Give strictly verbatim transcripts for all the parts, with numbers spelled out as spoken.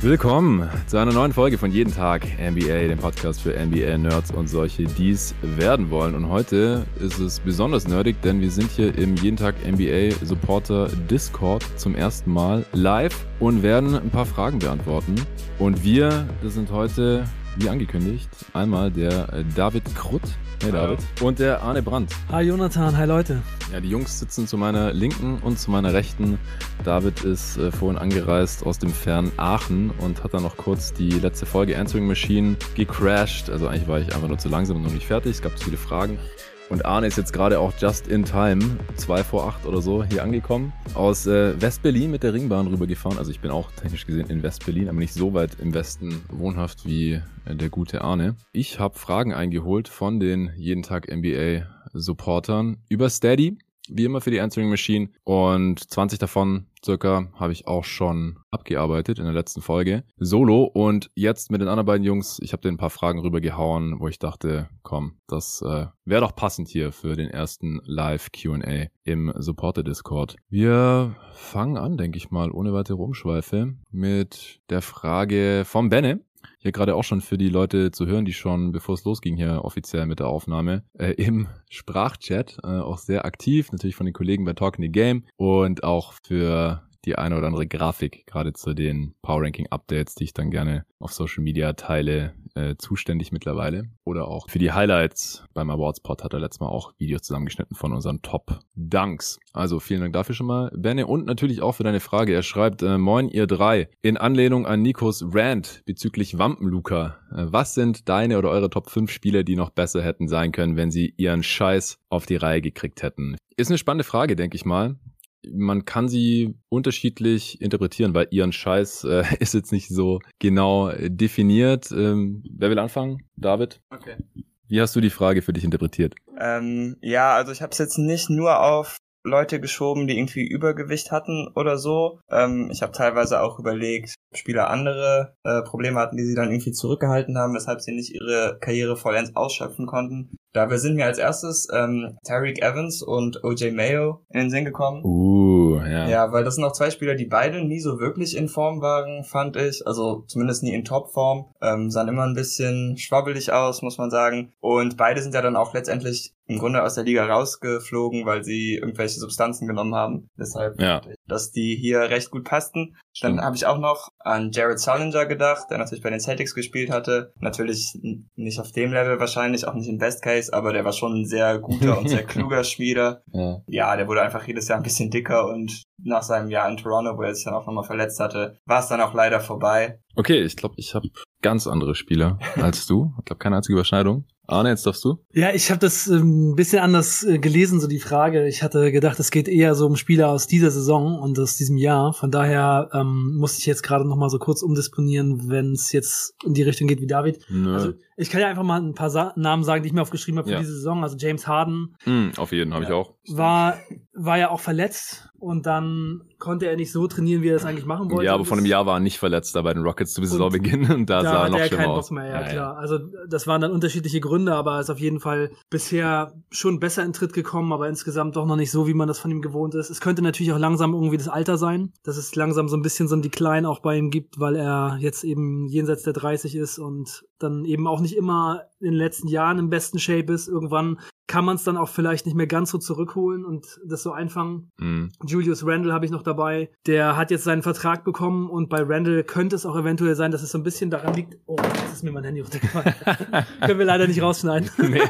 Willkommen zu einer neuen Folge von Jeden Tag N B A, dem Podcast für N B A-Nerds und solche, die es werden wollen. Und heute ist es besonders nerdig, denn wir sind hier im Jeden Tag N B A-Supporter Discord zum ersten Mal live und werden ein paar Fragen beantworten. Und wir, das sind heute, wie angekündigt, einmal der David Krutt. Hey David. Und der Arne Brandt. Hi Jonathan, hi Leute. Ja, die Jungs sitzen zu meiner Linken und zu meiner Rechten. David ist äh, vorhin angereist aus dem fernen Aachen und hat dann noch kurz die letzte Folge Answering Machine gecrashed. Also eigentlich war ich einfach nur zu langsam und noch nicht fertig. Es gab zu viele Fragen. Und Arne ist jetzt gerade auch just in time, zwei vor acht oder so, hier angekommen. Aus äh, West-Berlin mit der Ringbahn rübergefahren. Also ich bin auch technisch gesehen in West-Berlin, aber nicht so weit im Westen wohnhaft wie äh, der gute Arne. Ich habe Fragen eingeholt von den Jeden Tag N B A-Supportern über Steady. Wie immer für die Answering Machine, und zwanzig davon circa habe ich auch schon abgearbeitet in der letzten Folge solo, und jetzt mit den anderen beiden Jungs, ich habe denen ein paar Fragen rübergehauen, wo ich dachte, komm, das äh, wäre doch passend hier für den ersten Live-Q und A im Supporter-Discord. Wir fangen an, denke ich mal, ohne weitere Umschweife mit der Frage vom Benne. Hier gerade auch schon für die Leute zu hören, die schon, bevor es losging hier offiziell mit der Aufnahme, äh, im Sprachchat äh, auch sehr aktiv, natürlich von den Kollegen bei Talking the Game, und auch für die eine oder andere Grafik, gerade zu den Power Ranking Updates, die ich dann gerne auf Social Media teile, äh, zuständig mittlerweile. Oder auch für die Highlights beim Awards Pod hat er letztes Mal auch Videos zusammengeschnitten von unseren Top Dunks. Also vielen Dank dafür schon mal, Benne, und natürlich auch für deine Frage. Er schreibt, äh, moin ihr drei, in Anlehnung an Nikos Rant bezüglich Wampenluca. Äh, was sind deine oder eure Top fünf Spieler, die noch besser hätten sein können, wenn sie ihren Scheiß auf die Reihe gekriegt hätten? Ist eine spannende Frage, denke ich mal. Man kann sie unterschiedlich interpretieren, weil ihren Scheiß äh, ist jetzt nicht so genau äh, definiert. Ähm, wer will anfangen? David? Okay. Wie hast du die Frage für dich interpretiert? Ähm, ja, also ich habe es jetzt nicht nur auf Leute geschoben, die irgendwie Übergewicht hatten oder so. Ähm, ich habe teilweise auch überlegt, ob Spieler andere äh, Probleme hatten, die sie dann irgendwie zurückgehalten haben, weshalb sie nicht ihre Karriere vollends ausschöpfen konnten. Dabei sind mir als erstes ähm, Tariq Evans und O J Mayo in den Sinn gekommen. Uh, ja. Ja, weil das sind auch zwei Spieler, die beide nie so wirklich in Form waren, fand ich. Also zumindest nie in Topform. Ähm, sahen immer ein bisschen schwabbelig aus, muss man sagen. Und beide sind ja dann auch letztendlich im Grunde aus der Liga rausgeflogen, weil sie irgendwelche Substanzen genommen haben. Deshalb, ja. dass die hier recht gut passten. Stimmt. Dann habe ich auch noch an Jared Sullinger gedacht, der natürlich bei den Celtics gespielt hatte. Natürlich nicht auf dem Level wahrscheinlich, auch nicht im Best Case, aber der war schon ein sehr guter und sehr kluger Spieler. Ja. Ja, der wurde einfach jedes Jahr ein bisschen dicker, und nach seinem Jahr in Toronto, wo er sich dann auch nochmal verletzt hatte, war es dann auch leider vorbei. Okay, ich glaube, ich habe ganz andere Spieler als du. Ich glaube, keine einzige Überschneidung. Arne, jetzt darfst du. Ja, ich habe das ein ähm, bisschen anders äh, gelesen, so die Frage. Ich hatte gedacht, es geht eher so um Spieler aus dieser Saison und aus diesem Jahr. Von daher ähm, musste ich jetzt gerade noch mal so kurz umdisponieren, wenn es jetzt in die Richtung geht wie David. Nö. Also ich kann ja einfach mal ein paar Sa- Namen sagen, die ich mir aufgeschrieben habe für ja. diese Saison. Also James Harden. Mm, auf jeden, habe ja. ich auch. War, war ja auch verletzt, und dann konnte er nicht so trainieren, wie er das eigentlich machen wollte. Ja, aber vor einem Jahr war er nicht verletzt da bei den Rockets zu Saisonbeginn, und da, da sah er hat noch er schlimmer keinen aus. Bock mehr, ja, ja klar. Ja. Also das waren dann unterschiedliche Gründe, aber er ist auf jeden Fall bisher schon besser in Tritt gekommen, aber insgesamt doch noch nicht so, wie man das von ihm gewohnt ist. Es könnte natürlich auch langsam irgendwie das Alter sein, dass es langsam so ein bisschen so ein Decline auch bei ihm gibt, weil er jetzt eben jenseits der dreißig ist und dann eben auch nicht immer in den letzten Jahren im besten Shape ist. Irgendwann kann man es dann auch vielleicht nicht mehr ganz so zurückholen und das so einfangen. Mm. Julius Randle habe ich noch dabei. Der hat jetzt seinen Vertrag bekommen, und bei Randle könnte es auch eventuell sein, dass es so ein bisschen daran liegt. Oh, jetzt ist mir mein Handy runtergefallen. Können wir leider nicht rausschneiden. Nee,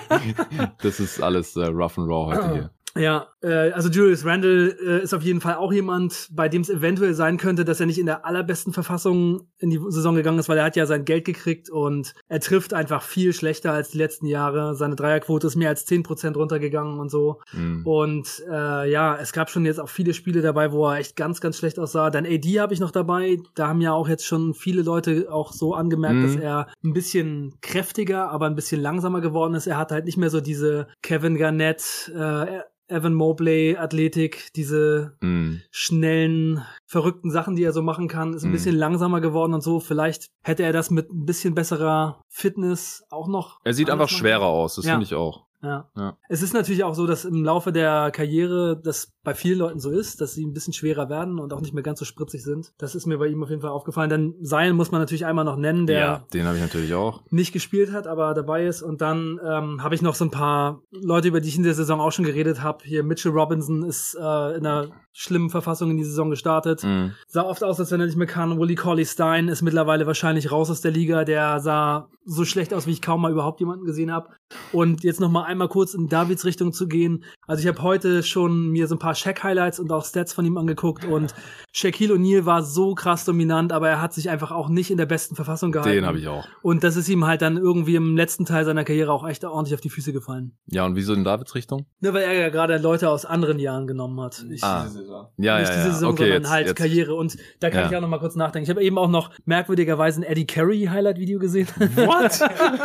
das ist alles äh, rough and raw heute hier. Ja, äh, also Julius Randle äh, ist auf jeden Fall auch jemand, bei dem es eventuell sein könnte, dass er nicht in der allerbesten Verfassung in die Saison gegangen ist, weil er hat ja sein Geld gekriegt und er trifft einfach viel schlechter als die letzten Jahre. Seine Dreierquote ist mehr als zehn Prozent runtergegangen und so. Mhm. Und äh, ja, es gab schon jetzt auch viele Spiele dabei, wo er echt ganz, ganz schlecht aussah. Dann A D habe ich noch dabei. Da haben ja auch jetzt schon viele Leute auch so angemerkt, mhm. dass er ein bisschen kräftiger, aber ein bisschen langsamer geworden ist. Er hat halt nicht mehr so diese Kevin Garnett, äh, Evan Mobley Athletik, diese mm. schnellen, verrückten Sachen, die er so machen kann, ist ein mm. bisschen langsamer geworden und so. Vielleicht hätte er das mit ein bisschen besserer Fitness auch noch. Er sieht einfach schwerer aus, das ja. finde ich auch. Ja. ja. Es ist natürlich auch so, dass im Laufe der Karriere das bei vielen Leuten so ist, dass sie ein bisschen schwerer werden und auch nicht mehr ganz so spritzig sind. Das ist mir bei ihm auf jeden Fall aufgefallen. Dann Zion muss man natürlich einmal noch nennen, der ja, den habe ich natürlich auch nicht gespielt hat, aber dabei ist. Und dann ähm, habe ich noch so ein paar Leute, über die ich in der Saison auch schon geredet habe. Hier Mitchell Robinson ist äh, in einer schlimmen Verfassung in die Saison gestartet. Mhm. Sah oft aus, als wenn er nicht mehr kann. Willie Cauley-Stein ist mittlerweile wahrscheinlich raus aus der Liga. Der sah so schlecht aus, wie ich kaum mal überhaupt jemanden gesehen habe. Und jetzt noch mal einmal kurz in Davids Richtung zu gehen. Also ich habe heute schon mir so ein paar Shaq-Highlights und auch Stats von ihm angeguckt und Shaquille O'Neal war so krass dominant, aber er hat sich einfach auch nicht in der besten Verfassung gehalten. Den habe ich auch. Und das ist ihm halt dann irgendwie im letzten Teil seiner Karriere auch echt ordentlich auf die Füße gefallen. Ja, und wieso in Davids Richtung? Ne, weil er ja gerade Leute aus anderen Jahren genommen hat. Nicht ah. diese Saison. Ja, Nicht ja, diese ja. Saison, Okay, sondern jetzt, halt jetzt. Karriere. Und da kann ja. ich auch noch mal kurz nachdenken. Ich habe eben auch noch merkwürdigerweise ein Eddie Carey-Highlight-Video gesehen. What?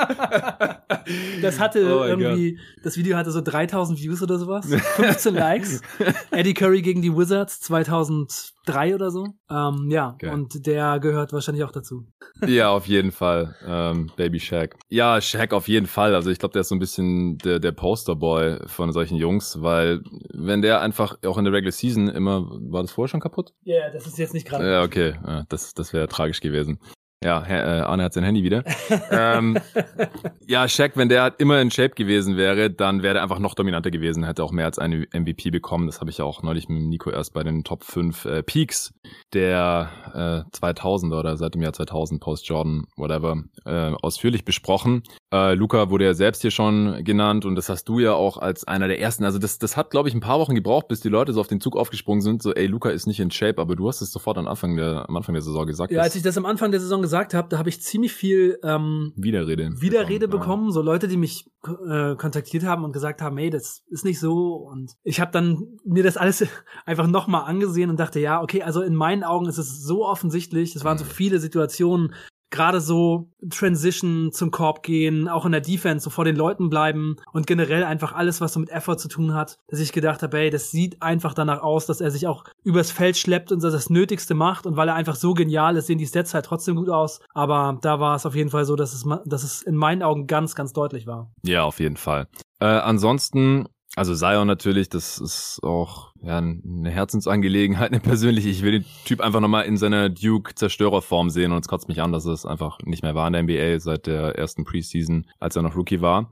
Das hatte Oh irgendwie, God. das Video hatte so dreitausend Views oder sowas. fünfzehn Likes. Eddie Curry gegen die Wizards zweitausenddrei oder so. Ähm, ja, Okay. und der gehört wahrscheinlich auch dazu. Ja, auf jeden Fall. Ähm, Baby Shaq. Ja, Shaq auf jeden Fall. Also ich glaube, der ist so ein bisschen der, der Posterboy von solchen Jungs, weil wenn der einfach auch in der Regular Season immer, war das vorher schon kaputt? Ja, yeah, das ist jetzt nicht gerade. Ja, okay. Ja, das, das wäre tragisch gewesen. Ja, Herr, äh, Arne hat sein Handy wieder. ähm, ja, Shaq, wenn der halt immer in Shape gewesen wäre, dann wäre er einfach noch dominanter gewesen, hätte auch mehr als eine M V P bekommen. Das habe ich ja auch neulich mit Nico erst bei den Top fünf äh, Peaks der äh, zweitausender oder seit dem Jahr zweitausend, Post-Jordan, whatever, äh, ausführlich besprochen. Äh, Luka wurde ja selbst hier schon genannt und das hast du ja auch als einer der ersten. Also das, das hat, glaube ich, ein paar Wochen gebraucht, bis die Leute so auf den Zug aufgesprungen sind, so ey, Luka ist nicht in Shape, aber du hast es sofort am Anfang der, am Anfang der Saison gesagt. Ja, als ich das am Anfang der Saison gesagt habe, da habe ich ziemlich viel ähm, Widerrede. Widerrede bekommen, bekommen ja. So Leute, die mich äh, kontaktiert haben und gesagt haben, hey, das ist nicht so. Und ich habe dann mir das alles einfach nochmal angesehen und dachte, ja, okay, also in meinen Augen ist es so offensichtlich, es waren so viele Situationen, gerade so Transition zum Korb gehen, auch in der Defense, so vor den Leuten bleiben und generell einfach alles, was so mit Effort zu tun hat, dass ich gedacht habe, ey, das sieht einfach danach aus, dass er sich auch übers Feld schleppt und das Nötigste macht und weil er einfach so genial ist, sehen die Stats halt trotzdem gut aus, aber da war es auf jeden Fall so, dass es, dass es in meinen Augen ganz, ganz deutlich war. Ja, auf jeden Fall. Äh, ansonsten, also Zion natürlich, das ist auch ja eine Herzensangelegenheit, eine persönliche. Ich will den Typ einfach nochmal in seiner Duke-Zerstörerform sehen und es kotzt mich an, dass es einfach nicht mehr war in der N B A seit der ersten Preseason, als er noch Rookie war.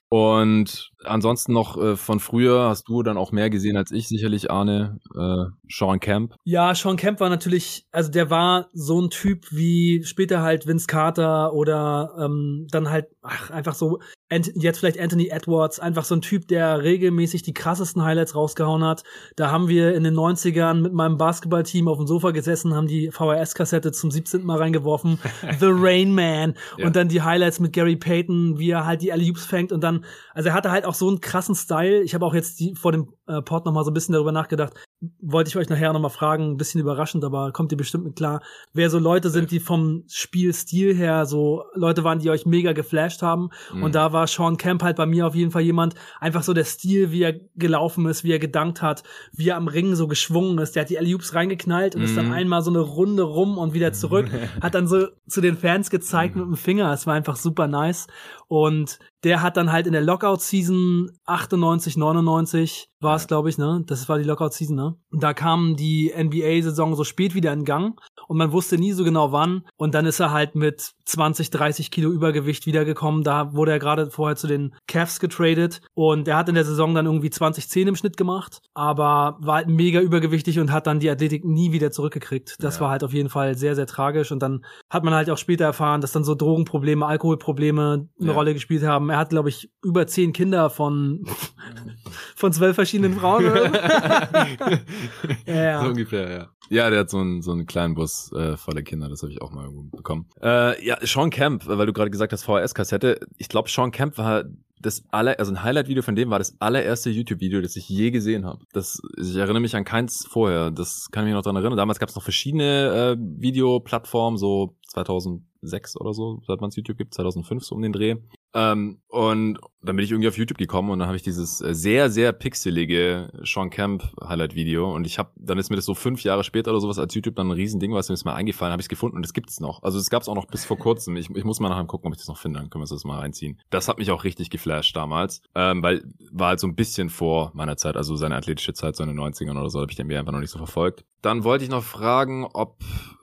Und ansonsten noch äh, von früher hast du dann auch mehr gesehen als ich sicherlich, Arne, äh, Sean Kemp. Ja, Sean Kemp war natürlich, also der war so ein Typ wie später halt Vince Carter oder ähm, dann halt, ach, einfach so, Ant- jetzt vielleicht Anthony Edwards, einfach so ein Typ, der regelmäßig die krassesten Highlights rausgehauen hat. Da haben wir in den neunzigern mit meinem Basketballteam auf dem Sofa gesessen, haben die V H S-Kassette zum siebzehnten Mal reingeworfen, The Rain Man, ja. Und dann die Highlights mit Gary Payton, wie er halt die Alley-Oops fängt und dann, also er hatte halt auch so einen krassen Style. Ich habe auch jetzt die, vor dem äh, Pod noch mal so ein bisschen darüber nachgedacht. Wollte ich euch nachher noch mal fragen, ein bisschen überraschend, aber kommt ihr bestimmt mit klar, wer so Leute sind, die vom Spielstil her so Leute waren, die euch mega geflasht haben. Mhm. Und da war Sean Kemp halt bei mir auf jeden Fall jemand, einfach so der Stil, wie er gelaufen ist, wie er gedankt hat, wie er am Ring so geschwungen ist. Der hat die Alley-Oops reingeknallt und mhm. ist dann einmal so eine Runde rum und wieder zurück. Hat dann so zu den Fans gezeigt mhm. mit dem Finger. Es war einfach super nice. Und der hat dann halt in der Lockout-Season achtundneunzig, neunundneunzig war es, glaube ich, ne? Das war die Lockout-Season, ne? Und da kam die N B A-Saison so spät wieder in Gang und man wusste nie so genau wann. Und dann ist er halt mit zwanzig, dreißig Kilo Übergewicht wiedergekommen. Da wurde er gerade vorher zu den Cavs getradet und er hat in der Saison dann irgendwie zwanzig zehn im Schnitt gemacht, aber war halt mega übergewichtig und hat dann die Athletik nie wieder zurückgekriegt. Das ja. war halt auf jeden Fall sehr, sehr tragisch. Und dann hat man halt auch später erfahren, dass dann so Drogenprobleme, Alkoholprobleme eine ja. Rolle gespielt haben. Er hat, glaube ich, über zehn Kinder von von zwölf verschiedenen Frauen. ja, ja. So ungefähr, ja. Ja, der hat so einen, so einen kleinen Bus äh, voller Kinder, das habe ich auch mal bekommen. Äh, ja, Sean Kemp, weil du gerade gesagt hast, V H S-Kassette. Ich glaube, Sean Kemp war das aller, also ein Highlight-Video von dem war das allererste YouTube-Video, das ich je gesehen habe. Das, ich erinnere mich an keins vorher. Das kann ich mich noch dran erinnern. Damals gab es noch verschiedene äh, Videoplattformen, so zweitausendsechs oder so, seit man es YouTube gibt, zweitausendfünf so um den Dreh. Ähm, und dann bin ich irgendwie auf YouTube gekommen und dann habe ich dieses sehr, sehr pixelige Sean Kemp Highlight-Video und ich habe, dann ist mir das so fünf Jahre später oder sowas als YouTube dann ein Riesending, was mir ist mal eingefallen, habe ich es gefunden und es gibt's noch. Also es gab's auch noch bis vor kurzem. Ich, ich muss mal nachher gucken, ob ich das noch finde, dann können wir das mal reinziehen. Das hat mich auch richtig geflasht damals, ähm, weil war halt so ein bisschen vor meiner Zeit, also seine athletische Zeit, so in den neunzigern oder so, habe ich den N B A einfach noch nicht so verfolgt. Dann wollte ich noch fragen, ob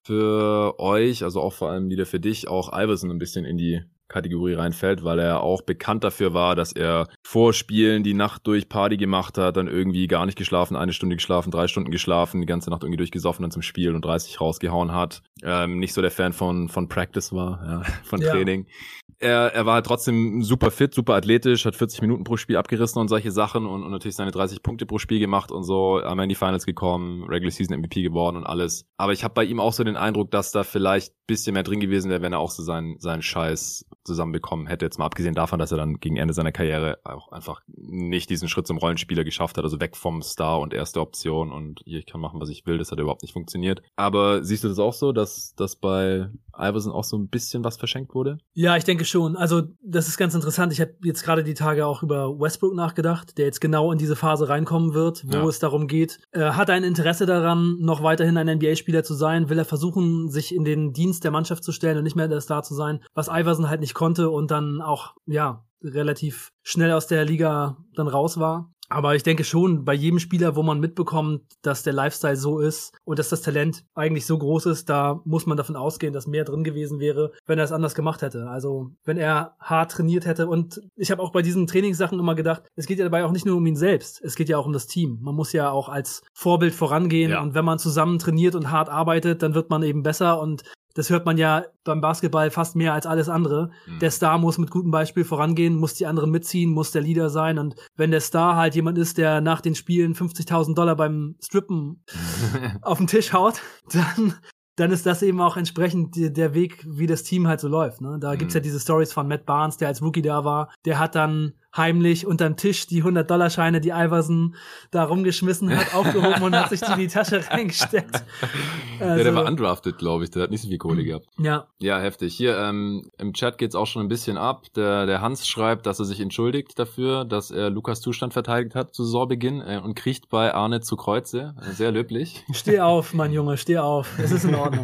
für euch, also auch vor allem wieder für dich, auch Iverson ein bisschen in die Kategorie reinfällt, weil er auch bekannt dafür war, dass er vor Spielen die Nacht durch Party gemacht hat, dann irgendwie gar nicht geschlafen, eine Stunde geschlafen, drei Stunden geschlafen, die ganze Nacht irgendwie durchgesoffen dann zum Spiel und dreißig rausgehauen hat. Ähm, nicht so der Fan von von Practice war, ja, von Ja. Training. Er, er war halt trotzdem super fit, super athletisch, hat vierzig Minuten pro Spiel abgerissen und solche Sachen und, und natürlich seine dreißig Punkte pro Spiel gemacht und so, einmal in die Finals gekommen, Regular Season M V P geworden und alles. Aber ich habe bei ihm auch so den Eindruck, dass da vielleicht ein bisschen mehr drin gewesen wäre, wenn er auch so seinen, seinen Scheiß zusammenbekommen hätte. Jetzt mal abgesehen davon, dass er dann gegen Ende seiner Karriere auch einfach nicht diesen Schritt zum Rollenspieler geschafft hat, also weg vom Star und erste Option und hier, ich kann machen, was ich will, das hat überhaupt nicht funktioniert. Aber siehst du das auch so, dass, dass bei Iverson auch so ein bisschen was verschenkt wurde? Ja, ich denke schon. Also das ist ganz interessant. Ich habe jetzt gerade die Tage auch über Westbrook nachgedacht, der jetzt genau in diese Phase reinkommen wird, wo Ja. es darum geht, äh, hat er ein Interesse daran, noch weiterhin ein N B A-Spieler zu sein? Will er versuchen, sich in den Dienst der Mannschaft zu stellen und nicht mehr der Star zu sein? Was Iverson halt nicht konnte und dann auch, ja, relativ schnell aus der Liga dann raus war. Aber ich denke schon, bei jedem Spieler, wo man mitbekommt, dass der Lifestyle so ist und dass das Talent eigentlich so groß ist, da muss man davon ausgehen, dass mehr drin gewesen wäre, wenn er es anders gemacht hätte. Also wenn er hart trainiert hätte. Und ich habe auch bei diesen Trainingssachen immer gedacht, es geht ja dabei auch nicht nur um ihn selbst, es geht ja auch um das Team. Man muss ja auch als Vorbild vorangehen Ja. und wenn man zusammen trainiert und hart arbeitet, dann wird man eben besser und das hört man ja beim Basketball fast mehr als alles andere. Mhm. Der Star muss mit gutem Beispiel vorangehen, muss die anderen mitziehen, muss der Leader sein. Und wenn der Star halt jemand ist, der nach den Spielen fünfzigtausend Dollar beim Strippen auf den Tisch haut, dann, dann ist das eben auch entsprechend die, der Weg, wie das Team halt so läuft. Ne? Da Mhm. gibt's ja diese Stories von Matt Barnes, der als Rookie da war. Der hat dann heimlich unterm Tisch die hundert-Dollar-Scheine, die Iverson da rumgeschmissen hat, aufgehoben und hat sich die in die Tasche reingesteckt. Ja, der war Also, undrafted, glaube ich, der hat nicht so viel Kohle gehabt. ja, Ja, heftig. Hier ähm, im Chat geht's auch schon ein bisschen ab. Der, der Hans schreibt, dass er sich entschuldigt dafür, dass er Lukas Zustand verteidigt hat zu Saisonbeginn äh, und kriecht bei Arne zu Kreuze. Äh, Sehr löblich. steh auf, mein Junge, steh auf. Es ist in Ordnung.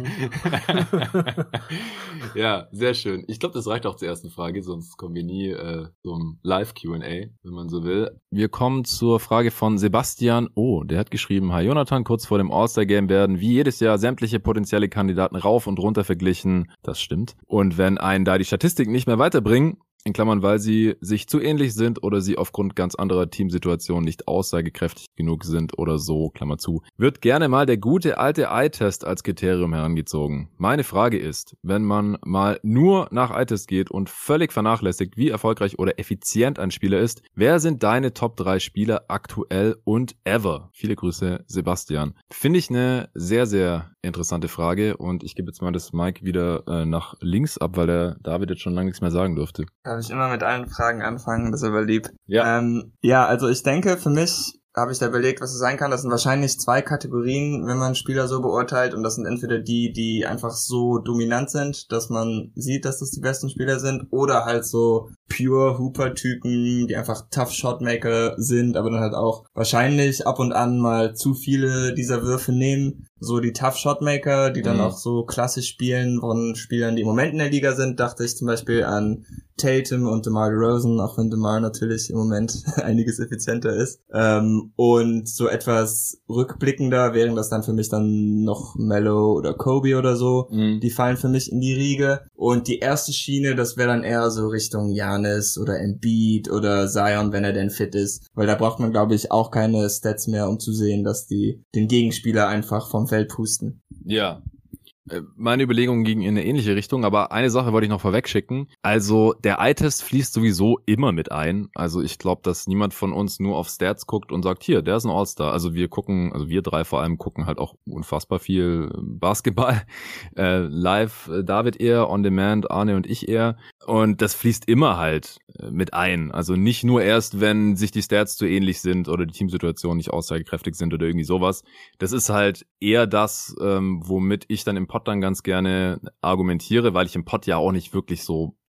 Ja, sehr schön. Ich glaube, das reicht auch zur ersten Frage, sonst kommen wir nie äh, zum Live-Q and A, wenn man so will. Wir kommen zur Frage von Sebastian O. Der hat geschrieben, hi Jonathan, kurz vor dem All-Star-Game werden wie jedes Jahr sämtliche potenzielle Kandidaten rauf und runter verglichen. Das stimmt. Und wenn einen da die Statistiken nicht mehr weiterbringen, in Klammern, weil sie sich zu ähnlich sind oder sie aufgrund ganz anderer Teamsituationen nicht aussagekräftig genug sind oder so, Klammer zu, wird gerne mal der gute alte Eye-Test als Kriterium herangezogen. Meine Frage ist, wenn man mal nur nach Eye-Test geht und völlig vernachlässigt, wie erfolgreich oder effizient ein Spieler ist, wer sind deine Top drei Spieler aktuell und ever? Viele Grüße, Sebastian. Finde ich eine sehr, sehr interessante Frage und ich gebe jetzt mal das Mic wieder äh, nach links ab, weil der David jetzt schon lange nichts mehr sagen durfte. Darf ich immer mit allen Fragen anfangen, das ist aber lieb. Ja. Ähm, ja, also ich denke, für mich habe ich da überlegt, was es sein kann. Das sind wahrscheinlich zwei Kategorien, wenn man Spieler so beurteilt. Und das sind entweder die, die einfach so dominant sind, dass man sieht, dass das die besten Spieler sind. Oder halt so pure Hooper-Typen, die einfach Tough Shotmaker sind, aber dann halt auch wahrscheinlich ab und an mal zu viele dieser Würfe nehmen. So die Tough Shotmaker, die dann Mhm. auch so klassisch spielen von Spielern, die im Moment in der Liga sind, dachte ich zum Beispiel an Tatum und DeMar DeRozan, auch wenn DeMar natürlich im Moment einiges effizienter ist. Ähm, und so etwas rückblickender wären das dann für mich dann noch Melo oder Kobe oder so. Mhm. Die fallen für mich in die Riege. Und die erste Schiene, das wäre dann eher so Richtung Giannis oder Embiid oder Zion, wenn er denn fit ist. Weil da braucht man, glaube ich, auch keine Stats mehr, um zu sehen, dass die den Gegenspieler einfach vom Feld pusten. Ja. Äh, Meine Überlegungen gingen in eine ähnliche Richtung, aber eine Sache wollte ich noch vorweg schicken. Also der Eye-Test fließt sowieso immer mit ein. Also ich glaube, dass niemand von uns nur auf Stats guckt und sagt, hier, der ist ein All-Star. Also wir gucken, also wir drei vor allem gucken halt auch unfassbar viel Basketball. Äh, live, äh, David eher, On Demand, Arne und ich eher. Und das fließt immer halt äh, mit ein. Also nicht nur erst, wenn sich die Stats zu ähnlich sind oder die Teamsituationen nicht aussagekräftig sind oder irgendwie sowas. Das ist halt eher das, ähm, womit ich dann im Pod dann ganz gerne argumentiere, weil ich im Pod ja auch nicht wirklich so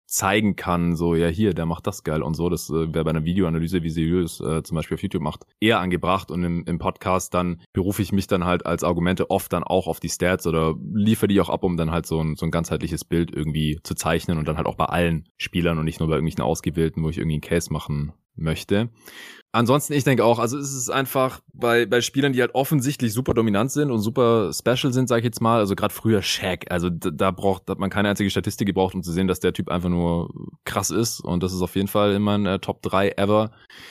zeigen kann, so, ja hier, der macht das geil und so, das äh, wäre bei einer Videoanalyse, wie sie Julius äh, zum Beispiel auf YouTube macht, eher angebracht und im, im Podcast dann berufe ich mich dann halt als Argumente oft dann auch auf die Stats oder liefere die auch ab, um dann halt so ein, so ein ganzheitliches Bild irgendwie zu zeichnen und dann halt auch bei allen Spielern und nicht nur bei irgendwelchen Ausgewählten, wo ich irgendwie einen Case machen möchte. Ansonsten, ich denke auch, also es ist einfach bei bei Spielern, die halt offensichtlich super dominant sind und super special sind, sag ich jetzt mal, also gerade früher Shaq, also da, da braucht hat man keine einzige Statistik gebraucht, um zu sehen, dass der Typ einfach nur krass ist und das ist auf jeden Fall in meinen äh, Top drei ever.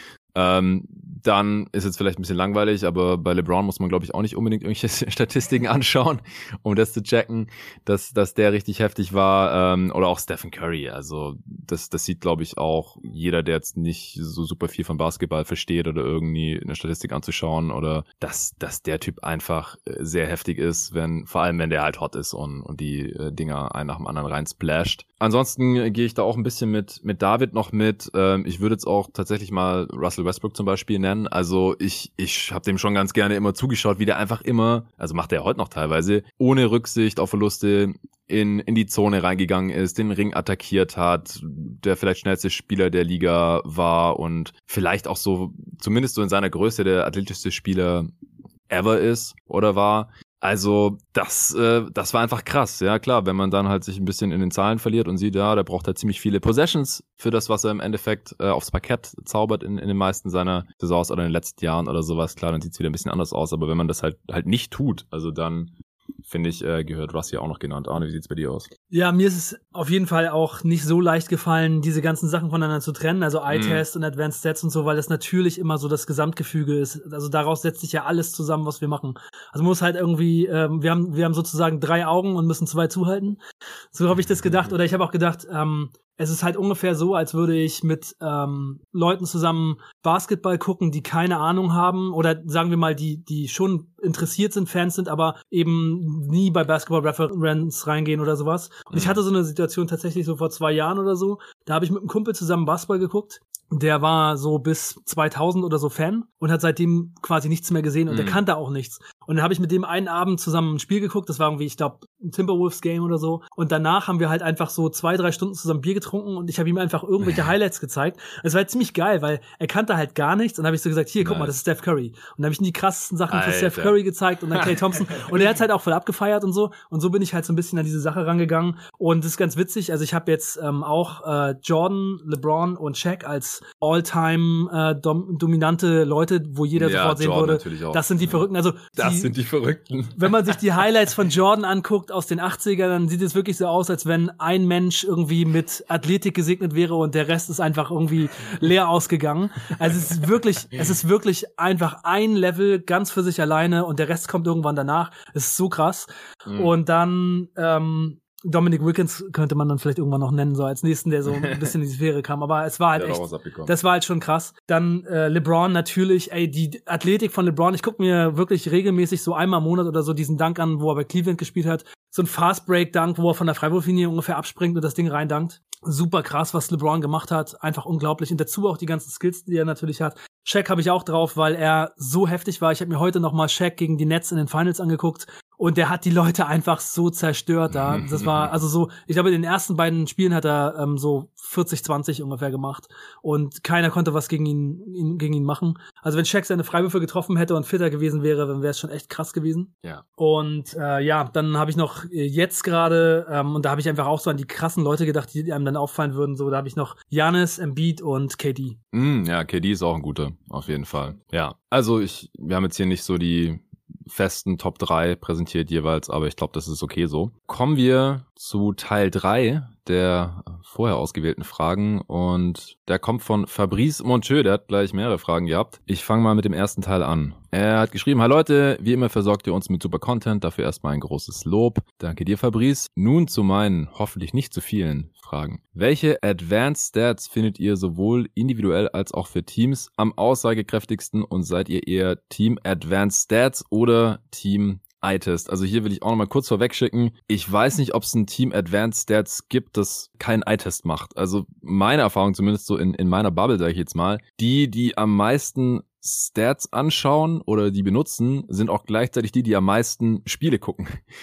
Ähm, dann ist jetzt vielleicht ein bisschen langweilig, aber bei LeBron muss man, glaube ich, auch nicht unbedingt irgendwelche Statistiken anschauen, um das zu checken, dass dass der richtig heftig war. Ähm, oder auch Stephen Curry. Also das das sieht, glaube ich, auch jeder, der jetzt nicht so super viel von Basketball versteht oder irgendwie eine Statistik anzuschauen oder dass dass der Typ einfach sehr heftig ist, wenn vor allem wenn der halt hot ist und und die äh, Dinger einen nach dem anderen rein splasht. Ansonsten äh, gehe ich da auch ein bisschen mit mit David noch mit. Ähm, ich würde jetzt auch tatsächlich mal Russell Westbrook zum Beispiel nennen. Also ich ich habe dem schon ganz gerne immer zugeschaut, wie der einfach immer, also macht er heute noch teilweise, ohne Rücksicht auf Verluste in in die Zone reingegangen ist, den Ring attackiert hat, der vielleicht schnellste Spieler der Liga war und vielleicht auch so, zumindest so in seiner Größe, der athletischste Spieler ever ist oder war. Also das äh, das war einfach krass, ja klar, wenn man dann halt sich ein bisschen in den Zahlen verliert und sieht, ja, der braucht halt ziemlich viele Possessions für das, was er im Endeffekt äh, aufs Parkett zaubert in, in den meisten seiner Saisons oder in den letzten Jahren oder sowas, klar, dann sieht's wieder ein bisschen anders aus, aber wenn man das halt halt nicht tut, also dann finde ich, äh, gehört Russ hier auch noch genannt. Arne, wie sieht's bei dir aus? Ja, mir ist es auf jeden Fall auch nicht so leicht gefallen, diese ganzen Sachen voneinander zu trennen, also Eye-Test mm. und Advanced Stats und so, weil das natürlich immer so das Gesamtgefüge ist. Also daraus setzt sich ja alles zusammen, was wir machen. Also man muss halt irgendwie, ähm, wir haben wir haben sozusagen drei Augen und müssen zwei zuhalten. So habe ich das gedacht. Oder ich habe auch gedacht, ähm, es ist halt ungefähr so, als würde ich mit ähm, Leuten zusammen Basketball gucken, die keine Ahnung haben oder sagen wir mal, die die schon interessiert sind, Fans sind, aber eben nie bei Basketball Reference reingehen oder sowas. Und ich hatte so eine Situation tatsächlich so vor zwei Jahren oder so, da habe ich mit einem Kumpel zusammen Basketball geguckt. Der war so bis zweitausend oder so Fan und hat seitdem quasi nichts mehr gesehen und mhm. der kannte auch nichts. Und dann habe ich mit dem einen Abend zusammen ein Spiel geguckt, das war irgendwie, ich glaube, ein Timberwolves-Game oder so. Und danach haben wir halt einfach so zwei, drei Stunden zusammen Bier getrunken und ich habe ihm einfach irgendwelche Highlights gezeigt. Es war halt ziemlich geil, weil er kannte halt gar nichts und dann habe ich so gesagt, hier, guck nice. mal, das ist Steph Curry. Und dann habe ich ihm die krassesten Sachen Alter. für Steph Curry gezeigt und dann Klay Thompson. Und er hat halt auch voll abgefeiert und so. Und so bin ich halt so ein bisschen an diese Sache rangegangen. Und das ist ganz witzig, also ich habe jetzt ähm, auch äh, Jordan, LeBron und Shaq als All-Time äh, dom- dominante Leute, wo jeder ja, sofort sehen Jordan würde, das sind die Verrückten. Also das die, sind die Verrückten. Wenn man sich die Highlights von Jordan anguckt aus den achtzigern, dann sieht es wirklich so aus, als wenn ein Mensch irgendwie mit Athletik gesegnet wäre und der Rest ist einfach irgendwie leer ausgegangen. Also es ist wirklich, es ist wirklich einfach ein Level ganz für sich alleine und der Rest kommt irgendwann danach. Es ist so krass. Mhm. Und dann ähm, Dominic Wilkins könnte man dann vielleicht irgendwann noch nennen, so als nächsten, der so ein bisschen in die Sphäre kam. Aber es war halt echt, das war halt schon krass. Dann äh, LeBron natürlich, ey, die Athletik von LeBron, ich gucke mir wirklich regelmäßig so einmal im Monat oder so diesen Dunk an, wo er bei Cleveland gespielt hat. So ein Fast-Break-Dunk, wo er von der Freiwurflinie ungefähr abspringt und das Ding reindankt. Super krass, was LeBron gemacht hat. Einfach unglaublich. Und dazu auch die ganzen Skills, die er natürlich hat. Shaq habe ich auch drauf, weil er so heftig war. Ich habe mir heute noch mal Shaq gegen die Nets in den Finals angeguckt. Und der hat die Leute einfach so zerstört da. Das war also so, ich glaube, in den ersten beiden Spielen hat er ähm, so vierzig zwanzig ungefähr gemacht. Und keiner konnte was gegen ihn, ihn gegen ihn machen. Also wenn Shaq seine Freiwürfe getroffen hätte und fitter gewesen wäre, dann wäre es schon echt krass gewesen. Ja. Und äh, ja, dann habe ich noch jetzt gerade, ähm, und da habe ich einfach auch so an die krassen Leute gedacht, die einem dann auffallen würden. So, da habe ich noch Giannis, Embiid und K D. Mm, ja, K D ist auch ein guter, auf jeden Fall. Ja, also ich, wir haben jetzt hier nicht so die festen Top drei präsentiert jeweils, aber ich glaube, das ist okay so. Kommen wir zu Teil drei der vorher ausgewählten Fragen und der kommt von Fabrice Moncheux, der hat gleich mehrere Fragen gehabt. Ich fange mal mit dem ersten Teil an. Er hat geschrieben, hi Leute, wie immer versorgt ihr uns mit super Content, dafür erstmal ein großes Lob. Danke dir, Fabrice. Nun zu meinen, hoffentlich nicht zu vielen Fragen. Welche Advanced Stats findet ihr sowohl individuell als auch für Teams am aussagekräftigsten und seid ihr eher Team Advanced Stats oder Team Eye-Test? Also hier will ich auch noch mal kurz vorweg schicken. Ich weiß nicht, ob es ein Team Advanced Stats gibt, das keinen Eye-Test macht. Also meine Erfahrung zumindest so in, in meiner Bubble, sage ich jetzt mal, die, die am meisten Stats anschauen oder die benutzen, sind auch gleichzeitig die, die am meisten Spiele gucken.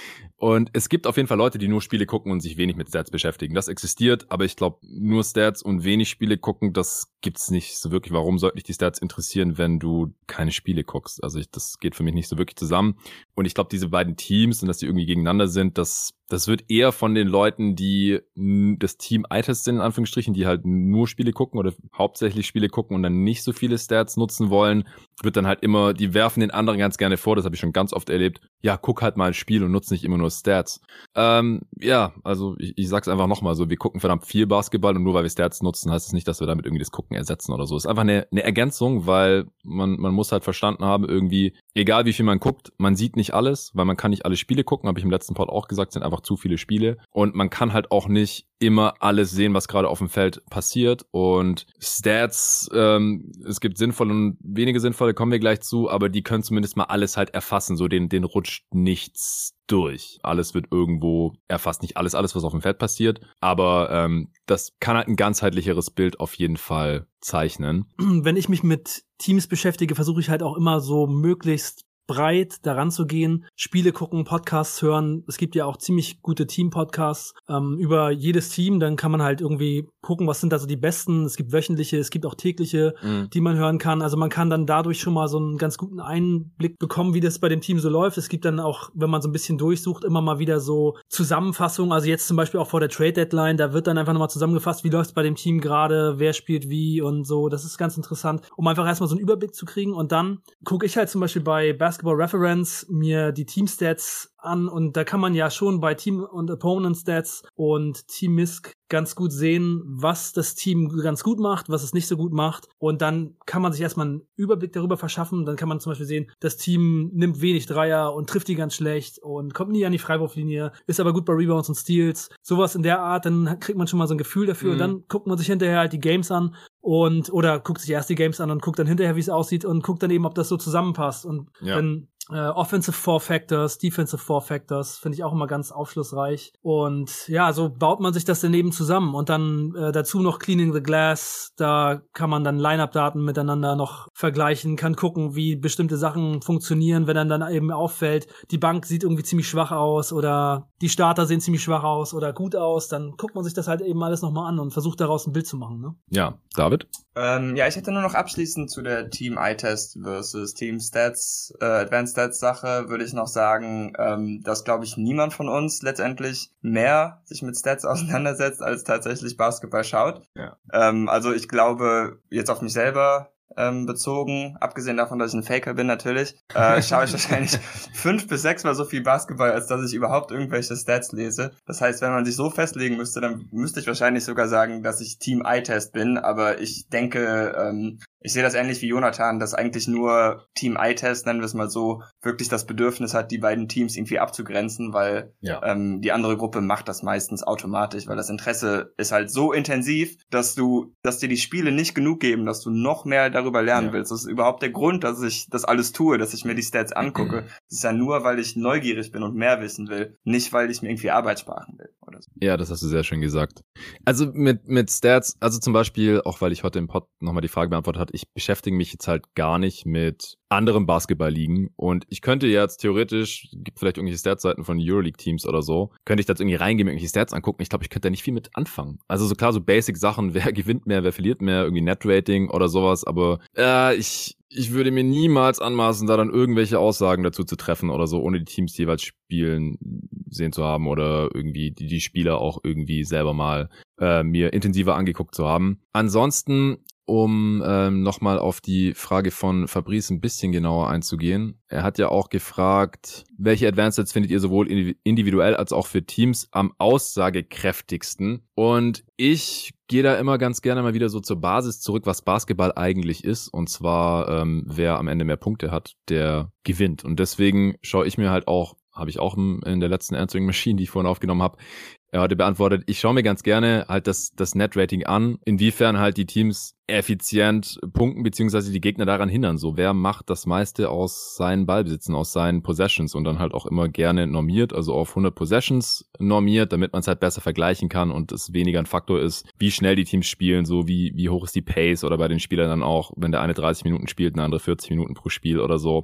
Und es gibt auf jeden Fall Leute, die nur Spiele gucken und sich wenig mit Stats beschäftigen. Das existiert, aber ich glaube, nur Stats und wenig Spiele gucken, das gibt's nicht so wirklich. Warum sollten dich die Stats interessieren, wenn du keine Spiele guckst? Also ich, das geht für mich nicht so wirklich zusammen. Und ich glaube, diese beiden Teams und dass die irgendwie gegeneinander sind, das das wird eher von den Leuten, die das Team Eye-Test sind, in Anführungsstrichen, die halt nur Spiele gucken oder hauptsächlich Spiele gucken und dann nicht so viele Stats nutzen wollen, wird dann halt immer, die werfen den anderen ganz gerne vor, das habe ich schon ganz oft erlebt, ja, guck halt mal ein Spiel und nutze nicht immer nur Stats. Ähm, ja, also ich, ich sag's einfach nochmal so, wir gucken verdammt viel Basketball und nur weil wir Stats nutzen, heißt es das nicht, dass wir damit irgendwie das Gucken ersetzen oder so. Es ist einfach eine, eine Ergänzung, weil man, man muss halt verstanden haben, irgendwie, egal wie viel man guckt, man sieht nicht alles, weil man kann nicht alle Spiele gucken, habe ich im letzten Pod auch gesagt, sind einfach zu viele Spiele und man kann halt auch nicht immer alles sehen, was gerade auf dem Feld passiert und Stats, ähm, es gibt sinnvolle und wenige sinnvolle, kommen wir gleich zu, aber die können zumindest mal alles halt erfassen, so den, den rutscht nichts durch. Alles wird irgendwo erfasst, nicht alles, alles, was auf dem Feld passiert, aber ähm, das kann halt ein ganzheitlicheres Bild auf jeden Fall zeichnen. Wenn ich mich mit Teams beschäftige, versuche ich halt auch immer so möglichst breit daran zu gehen, Spiele gucken, Podcasts hören. Es gibt ja auch ziemlich gute Team-Podcasts ähm, über jedes Team. Dann kann man halt irgendwie gucken, was sind da so die besten. Es gibt wöchentliche, es gibt auch tägliche, mhm. die man hören kann. Also man kann dann dadurch schon mal so einen ganz guten Einblick bekommen, wie das bei dem Team so läuft. Es gibt dann auch, wenn man so ein bisschen durchsucht, immer mal wieder so Zusammenfassungen. Also jetzt zum Beispiel auch vor der Trade-Deadline, da wird dann einfach nochmal zusammengefasst, wie läuft es bei dem Team gerade, wer spielt wie und so. Das ist ganz interessant, um einfach erstmal so einen Überblick zu kriegen. Und dann gucke ich halt zum Beispiel bei Basketball Reference mir die Team-Stats an und da kann man ja schon bei Team- und Opponent-Stats und Team-Misc ganz gut sehen, was das Team ganz gut macht, was es nicht so gut macht und dann kann man sich erstmal einen Überblick darüber verschaffen, dann kann man zum Beispiel sehen, das Team nimmt wenig Dreier und trifft die ganz schlecht und kommt nie an die Freiwurflinie, ist aber gut bei Rebounds und Steals, sowas in der Art, dann kriegt man schon mal so ein Gefühl dafür mhm. und dann guckt man sich hinterher halt die Games an und oder guckt sich erst die Games an und guckt dann hinterher, wie es aussieht und guckt dann eben, ob das so zusammenpasst und ja. dann Uh, Offensive Four Factors, Defensive Four Factors, finde ich auch immer ganz aufschlussreich. Und ja, so baut man sich das daneben zusammen. Und dann äh, dazu noch Cleaning the Glass, da kann man dann Line-Up-Daten miteinander noch vergleichen, kann gucken, wie bestimmte Sachen funktionieren, wenn dann dann eben auffällt, die Bank sieht irgendwie ziemlich schwach aus oder die Starter sehen ziemlich schwach aus oder gut aus, dann guckt man sich das halt eben alles nochmal an und versucht daraus ein Bild zu machen, ne? Ja, David? Ähm, ja, ich hätte nur noch abschließend zu der Team Eye-Test versus Team Stats, äh, Advanced Stats Sache würde ich noch sagen, ähm, dass, glaube ich, niemand von uns letztendlich mehr sich mit Stats auseinandersetzt, als tatsächlich Basketball schaut. Ja. Ähm, also ich glaube, jetzt auf mich selber ähm, bezogen, abgesehen davon, dass ich ein Faker bin natürlich, äh, schaue ich wahrscheinlich fünf bis sechs Mal so viel Basketball, als dass ich überhaupt irgendwelche Stats lese. Das heißt, wenn man sich so festlegen müsste, dann müsste ich wahrscheinlich sogar sagen, dass ich Team Eye-Test bin, aber ich denke, ähm, ich sehe das ähnlich wie Jonathan, dass eigentlich nur Team Eye-Test, nennen wir es mal so, wirklich das Bedürfnis hat, die beiden Teams irgendwie abzugrenzen, weil ja. ähm, die andere Gruppe macht das meistens automatisch, weil das Interesse ist halt so intensiv, dass du, dass dir die Spiele nicht genug geben, dass du noch mehr darüber lernen ja. willst. Das ist überhaupt der Grund, dass ich das alles tue, dass ich mir die Stats angucke. Das ist ja nur, weil ich neugierig bin und mehr wissen will, nicht weil ich mir irgendwie Arbeit sparen will oder so. Ja, das hast du sehr schön gesagt. Also mit mit Stats, also zum Beispiel, auch weil ich heute im Pod nochmal die Frage beantwortet habe, ich beschäftige mich jetzt halt gar nicht mit anderen Basketball-Ligen und ich könnte jetzt theoretisch, gibt vielleicht irgendwelche Stats-Seiten von Euroleague-Teams oder so, könnte ich da irgendwie reingehen, mir irgendwelche Stats angucken. Ich glaube, ich könnte da nicht viel mit anfangen. Also so klar, so Basic-Sachen, wer gewinnt mehr, wer verliert mehr, irgendwie Net-Rating oder sowas, aber äh, ich ich würde mir niemals anmaßen, da dann irgendwelche Aussagen dazu zu treffen oder so, ohne die Teams jeweils spielen sehen zu haben oder irgendwie die, die Spieler auch irgendwie selber mal äh, mir intensiver angeguckt zu haben. Ansonsten, um ähm, nochmal auf die Frage von Fabrice ein bisschen genauer einzugehen. Er hat ja auch gefragt, welche Advanced Stats findet ihr sowohl individuell als auch für Teams am aussagekräftigsten? Und ich gehe da immer ganz gerne mal wieder so zur Basis zurück, was Basketball eigentlich ist. Und zwar, ähm, wer am Ende mehr Punkte hat, der gewinnt. Und deswegen schaue ich mir halt auch, habe ich auch in der letzten Answering Machine, die ich vorhin aufgenommen habe, er hatte beantwortet, ich schaue mir ganz gerne halt das das Net-Rating an, inwiefern halt die Teams effizient punkten, beziehungsweise die Gegner daran hindern. So, wer macht das meiste aus seinen Ballbesitzen, aus seinen Possessions und dann halt auch immer gerne normiert, also auf hundert Possessions normiert, damit man es halt besser vergleichen kann und es weniger ein Faktor ist, wie schnell die Teams spielen, so wie wie hoch ist die Pace oder bei den Spielern dann auch, wenn der eine dreißig Minuten spielt, der andere vierzig Minuten pro Spiel oder so.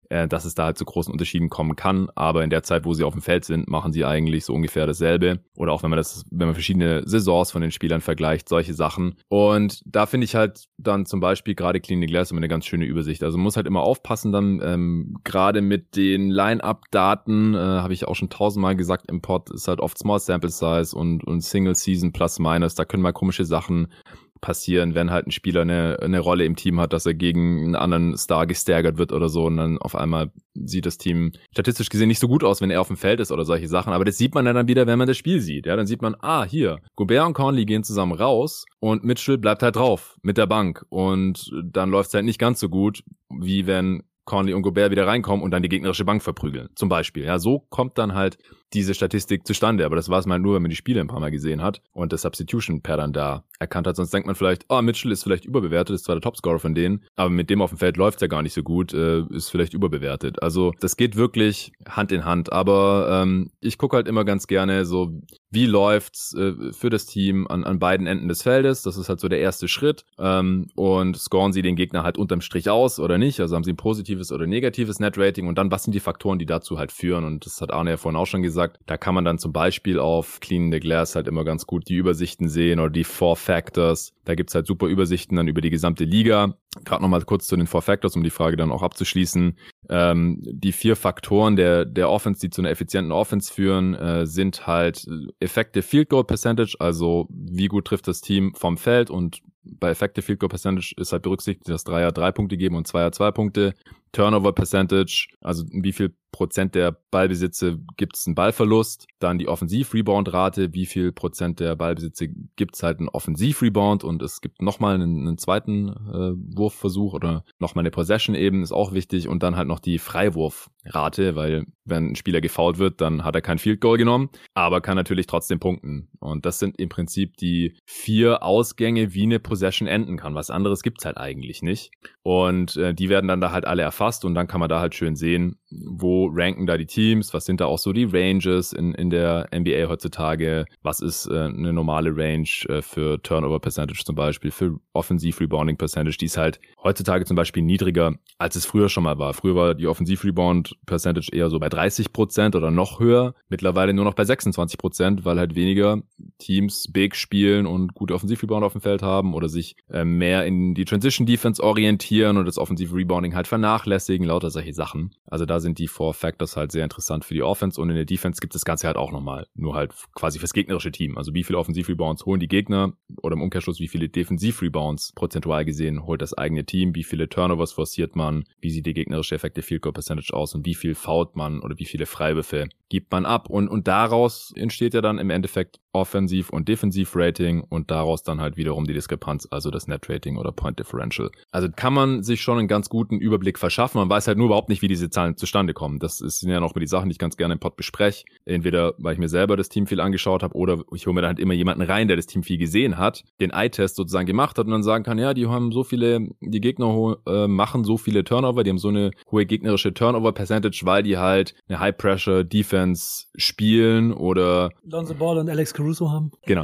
äh, dass es da halt zu großen Unterschieden kommen kann. Aber in der Zeit, wo sie auf dem Feld sind, machen sie eigentlich so ungefähr dasselbe. Oder auch wenn man das, wenn man verschiedene Saisons von den Spielern vergleicht, solche Sachen. Und da finde ich halt dann zum Beispiel gerade Clean the Glass immer eine ganz schöne Übersicht. Also man muss halt immer aufpassen dann, ähm, gerade mit den Line-Up-Daten, äh, habe ich auch schon tausendmal gesagt, im Pod ist halt oft Small Sample Size und, und Single Season plus minus, da können mal komische Sachen passieren, wenn halt ein Spieler eine, eine Rolle im Team hat, dass er gegen einen anderen Star gestärkert wird oder so und dann auf einmal sieht das Team statistisch gesehen nicht so gut aus, wenn er auf dem Feld ist oder solche Sachen, aber das sieht man dann wieder, wenn man das Spiel sieht, ja, dann sieht man, ah, hier, Gobert und Conley gehen zusammen raus und Mitchell bleibt halt drauf mit der Bank und dann läuft es halt nicht ganz so gut, wie wenn Conley und Gobert wieder reinkommen und dann die gegnerische Bank verprügeln, zum Beispiel. Ja, so kommt dann halt diese Statistik zustande, aber das war es mal nur, wenn man die Spiele ein paar Mal gesehen hat und das Substitution-Pair dann da erkannt hat, sonst denkt man vielleicht, oh, Mitchell ist vielleicht überbewertet, ist zwar der Topscorer von denen, aber mit dem auf dem Feld läuft's ja gar nicht so gut, äh, ist vielleicht überbewertet. Also das geht wirklich Hand in Hand, aber ähm, ich gucke halt immer ganz gerne so, wie läuft's äh, für das Team an, an beiden Enden des Feldes, das ist halt so der erste Schritt ähm, und scoren sie den Gegner halt unterm Strich aus oder nicht, also haben sie ein positives oder negatives Net-Rating und dann, was sind die Faktoren, die dazu halt führen und das hat Arne ja vorhin auch schon gesagt, da kann man dann zum Beispiel auf Clean the Glass halt immer ganz gut die Übersichten sehen oder die Four Factors. Da gibt's halt super Übersichten dann über die gesamte Liga. Gerade nochmal kurz zu den Four Factors, um die Frage dann auch abzuschließen. Ähm, die vier Faktoren der der Offense, die zu einer effizienten Offense führen, äh, sind halt Effective Field Goal Percentage, also wie gut trifft das Team vom Feld und bei Effective Field Goal Percentage ist halt berücksichtigt, dass Dreier drei Punkte geben und Zweier zwei Punkte. Turnover Percentage, also wie viel Prozent der Ballbesitze gibt es einen Ballverlust. Dann die Offensiv-Rebound-Rate, wie viel Prozent der Ballbesitze gibt es halt einen Offensiv-Rebound und es gibt nochmal einen, einen zweiten äh, Wurfversuch oder nochmal eine Possession eben, ist auch wichtig. Und dann halt noch die Freiwurfrate, weil wenn ein Spieler gefoult wird, dann hat er kein Field Goal genommen, aber kann natürlich trotzdem punkten. Und das sind im Prinzip die vier Ausgänge, wie eine Possession enden kann. Was anderes gibt's halt eigentlich nicht. Und äh, die werden dann da halt alle erfasst und dann kann man da halt schön sehen, wo ranken da die Teams, was sind da auch so die Ranges in, in der N B A heutzutage, was ist äh, eine normale Range äh, für Turnover Percentage zum Beispiel, für Offensiv Rebounding Percentage, die ist halt heutzutage zum Beispiel niedriger, als es früher schon mal war. Früher war die Offensiv Rebound Percentage eher so bei dreißig Prozent oder noch höher, mittlerweile nur noch bei sechsundzwanzig Prozent, weil halt weniger Teams big spielen und gute Offensiv Rebound auf dem Feld haben oder sich äh, mehr in die Transition Defense orientieren und das Offensiv Rebounding halt vernachlässigen, lauter solche Sachen. Also da sind die Four Factors halt sehr interessant für die Offense und in der Defense gibt es das Ganze halt auch nochmal, nur halt quasi fürs gegnerische Team. Also wie viele Offensiv-Rebounds holen die Gegner oder im Umkehrschluss, wie viele Defensiv-Rebounds prozentual gesehen holt das eigene Team, wie viele Turnovers forciert man, wie sieht die gegnerische Effective Field Goal Percentage aus und wie viel foult man oder wie viele Freiwürfe gibt man ab und, und daraus entsteht ja dann im Endeffekt Offensiv- und Defensiv-Rating und daraus dann halt wiederum die Diskrepanz, also das Net-Rating oder Point Differential. Also kann man sich schon einen ganz guten Überblick verschaffen, man weiß halt nur überhaupt nicht, wie diese Zahlen zustande kommen. Das sind ja noch mal die Sachen, die ich ganz gerne im Pod bespreche. Entweder, weil ich mir selber das Team viel angeschaut habe oder ich hole mir dann halt immer jemanden rein, der das Team viel gesehen hat, den Eye-Test sozusagen gemacht hat und dann sagen kann, ja, die haben so viele, die Gegner äh, machen so viele Turnover, die haben so eine hohe gegnerische Turnover-Percentage, weil die halt eine High-Pressure-Defense spielen oder Lonzo Ball und Alex Caruso haben. Genau.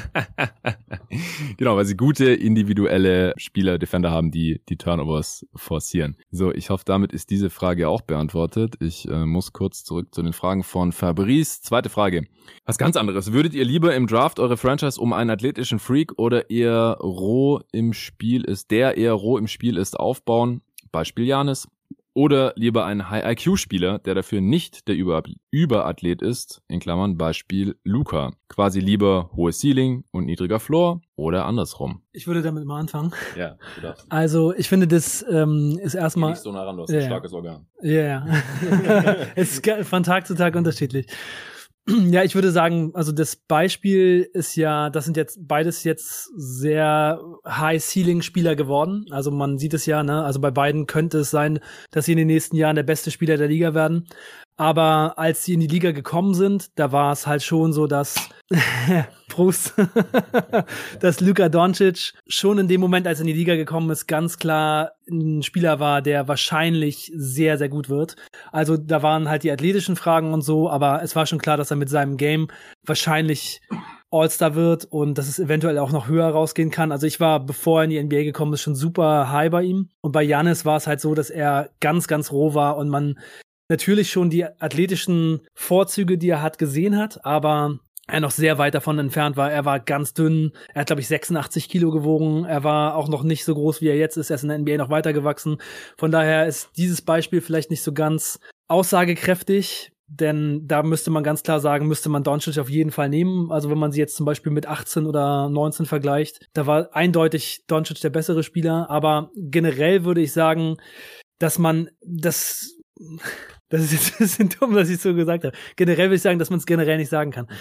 Genau, weil sie gute individuelle Spieler, Defender haben, die die Turnovers forcieren. So, ich hoffe, damit ist diese Frage auch beantwortet. Ich äh, muss kurz zurück zu den Fragen von Fabrice. Zweite Frage. Was ganz anderes. Würdet ihr lieber im Draft eure Franchise um einen athletischen Freak oder eher roh im Spiel ist, der eher roh im Spiel ist, aufbauen? Beispiel Giannis. Oder lieber einen High-I Q-Spieler, der dafür nicht der Über- Überathlet ist, in Klammern Beispiel Luka. Quasi lieber hohes Ceiling und niedriger Floor oder andersrum. Ich würde damit mal anfangen. Ja, du darfst. Also ich finde, das ähm, ist erstmal... Nicht so nah ran, du hast ja, ein starkes Organ. Ja, ja. Es ist von Tag zu Tag unterschiedlich. Ja, ich würde sagen, also das Beispiel ist ja, das sind jetzt beides jetzt sehr High-Ceiling-Spieler geworden. Also man sieht es ja, ne, also bei beiden könnte es sein, dass sie in den nächsten Jahren der beste Spieler der Liga werden. Aber als sie in die Liga gekommen sind, da war es halt schon so, dass Prost, dass Luka Doncic schon in dem Moment, als er in die Liga gekommen ist, ganz klar ein Spieler war, der wahrscheinlich sehr, sehr gut wird. Also da waren halt die athletischen Fragen und so, aber es war schon klar, dass er mit seinem Game wahrscheinlich All-Star wird und dass es eventuell auch noch höher rausgehen kann. Also ich war, bevor er in die N B A gekommen ist, schon super high bei ihm. Und bei Giannis war es halt so, dass er ganz, ganz roh war und man natürlich schon die athletischen Vorzüge, die er hat, gesehen hat, aber er noch sehr weit davon entfernt war. Er war ganz dünn. Er hat, glaube ich, sechsundachtzig Kilo gewogen. Er war auch noch nicht so groß, wie er jetzt ist. Er ist in der N B A noch weiter gewachsen. Von daher ist dieses Beispiel vielleicht nicht so ganz aussagekräftig, denn da müsste man ganz klar sagen, müsste man Doncic auf jeden Fall nehmen. Also wenn man sie jetzt zum Beispiel mit achtzehn oder neunzehn vergleicht, da war eindeutig Doncic der bessere Spieler. Aber generell würde ich sagen, dass man das... Das ist jetzt ein bisschen dumm, dass ich es so gesagt habe. Generell würde ich sagen, dass man es generell nicht sagen kann.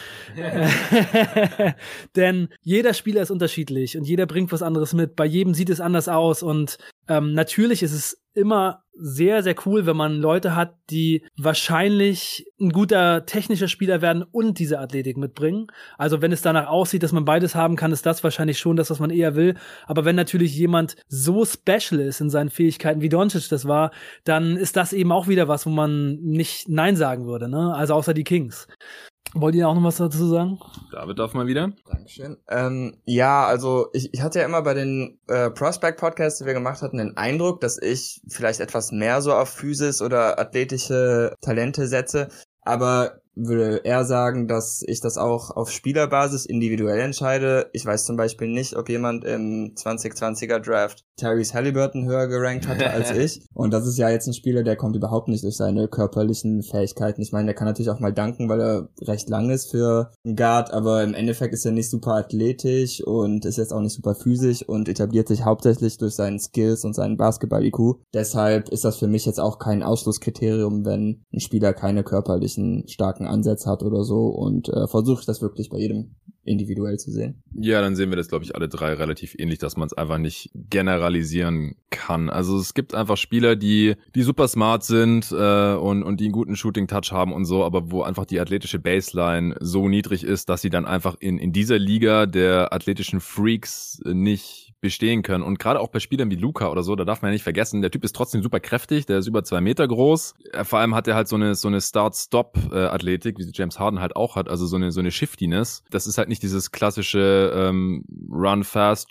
Denn jeder Spieler ist unterschiedlich und jeder bringt was anderes mit. Bei jedem sieht es anders aus und ähm, natürlich ist es immer sehr, sehr cool, wenn man Leute hat, die wahrscheinlich ein guter technischer Spieler werden und diese Athletik mitbringen. Also wenn es danach aussieht, dass man beides haben kann, ist das wahrscheinlich schon das, was man eher will. Aber wenn natürlich jemand so special ist in seinen Fähigkeiten, wie Doncic das war, dann ist das eben auch wieder was, wo man nicht Nein sagen würde, ne? Also außer die Kings. Wollt ihr auch noch was dazu sagen? David darf mal wieder. Dankeschön. Ähm, ja, also ich, ich hatte ja immer bei den äh, Prospect-Podcasts, die wir gemacht hatten, den Eindruck, dass ich vielleicht etwas mehr so auf Physis oder athletische Talente setze, aber würde eher sagen, dass ich das auch auf Spielerbasis individuell entscheide. Ich weiß zum Beispiel nicht, ob jemand im zwanzig zwanziger Draft Tyrese Halliburton höher gerankt hatte als ich. Und das ist ja jetzt ein Spieler, der kommt überhaupt nicht durch seine körperlichen Fähigkeiten. Ich meine, der kann natürlich auch mal danken, weil er recht lang ist für einen Guard, aber im Endeffekt ist er nicht super athletisch und ist jetzt auch nicht super physisch und etabliert sich hauptsächlich durch seinen Skills und seinen Basketball-I Q. Deshalb ist das für mich jetzt auch kein Ausschlusskriterium, wenn ein Spieler keine körperlichen starken Ansätze hat oder so, und äh, versuche ich das wirklich bei jedem individuell zu sehen. Ja, dann sehen wir das, glaube ich, alle drei relativ ähnlich, dass man es einfach nicht generalisieren kann. Also es gibt einfach Spieler, die die super smart sind äh, und und die einen guten Shooting-Touch haben und so, aber wo einfach die athletische Baseline so niedrig ist, dass sie dann einfach in in dieser Liga der athletischen Freaks nicht bestehen können. Und gerade auch bei Spielern wie Luka oder so, da darf man ja nicht vergessen, der Typ ist trotzdem super kräftig, der ist über zwei Meter groß. Vor allem hat er halt so eine so eine Start-Stop-Athletik, wie sie James Harden halt auch hat, also so eine so eine Shiftiness. Das ist halt nicht dieses klassische ähm, Run-Fast,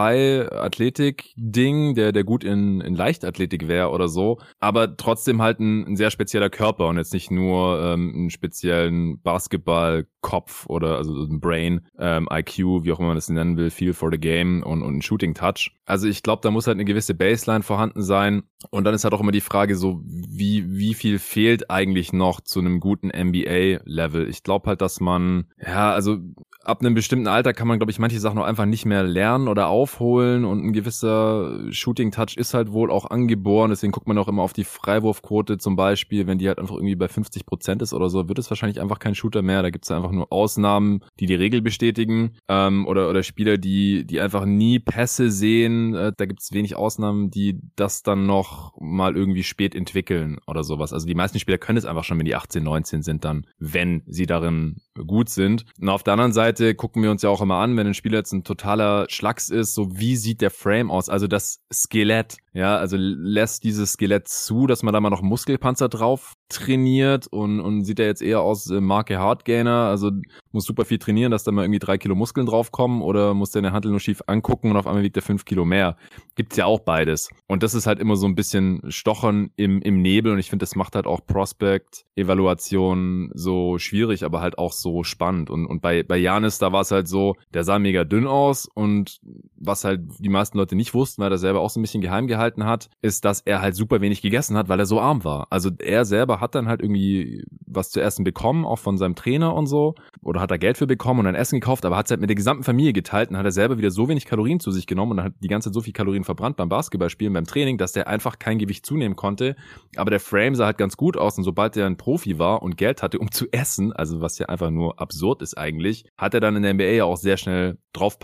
Jump-High-Athletik-Ding, der der gut in in Leichtathletik wäre oder so, aber trotzdem halt ein, ein sehr spezieller Körper und jetzt nicht nur ähm, einen speziellen Basketball-Kopf oder also ein Brain, ähm, I Q, wie auch immer man das nennen will, Feel for the Game und und Shooting Touch. Also ich glaube, da muss halt eine gewisse Baseline vorhanden sein. Und dann ist halt auch immer die Frage so, wie wie viel fehlt eigentlich noch zu einem guten N B A-Level? Ich glaube halt, dass man, ja, also ab einem bestimmten Alter kann man, glaube ich, manche Sachen auch einfach nicht mehr lernen oder aufholen und ein gewisser Shooting-Touch ist halt wohl auch angeboren. Deswegen guckt man auch immer auf die Freiwurfquote zum Beispiel. Wenn die halt einfach irgendwie bei fünfzig Prozent ist oder so, wird es wahrscheinlich einfach kein Shooter mehr. Da gibt es einfach nur Ausnahmen, die die Regel bestätigen, ähm, oder oder Spieler, die die einfach nie Pässe sehen. Äh, da gibt es wenig Ausnahmen, die das dann noch mal irgendwie spät entwickeln oder sowas. Also die meisten Spieler können es einfach schon, wenn die achtzehn, neunzehn sind, dann, wenn sie darin gut sind. Und auf der anderen Seite gucken wir uns ja auch immer an, wenn ein Spieler jetzt ein totaler Schlacks ist, so wie sieht der Frame aus, also das Skelett, ja, also lässt dieses Skelett zu, dass man da mal noch Muskelpanzer drauf trainiert und und sieht er jetzt eher aus äh, Marke Hardgainer, also muss super viel trainieren, dass da mal irgendwie drei Kilo Muskeln draufkommen, oder muss der eine Handel nur schief angucken und auf einmal wiegt er fünf Kilo mehr. Gibt's ja auch beides. Und das ist halt immer so ein bisschen Stochern im im Nebel und ich finde, das macht halt auch Prospect-Evaluation so schwierig, aber halt auch so spannend. Und und bei bei Giannis, da war es halt so, der sah mega dünn aus und was halt die meisten Leute nicht wussten, weil er selber auch so ein bisschen geheim gehalten hat, ist, dass er halt super wenig gegessen hat, weil er so arm war. Also er selber hat dann halt irgendwie was zu essen bekommen, auch von seinem Trainer und so, oder hat er Geld für bekommen und dann Essen gekauft, aber hat es halt mit der gesamten Familie geteilt und hat er selber wieder so wenig Kalorien zu sich genommen und dann hat die ganze Zeit so viel Kalorien verbrannt beim Basketballspielen, beim Training, dass der einfach kein Gewicht zunehmen konnte, aber der Frame sah halt ganz gut aus und sobald er ein Profi war und Geld hatte, um zu essen, also was ja einfach nur absurd ist eigentlich, hat er dann in der N B A ja auch sehr schnell draufpacken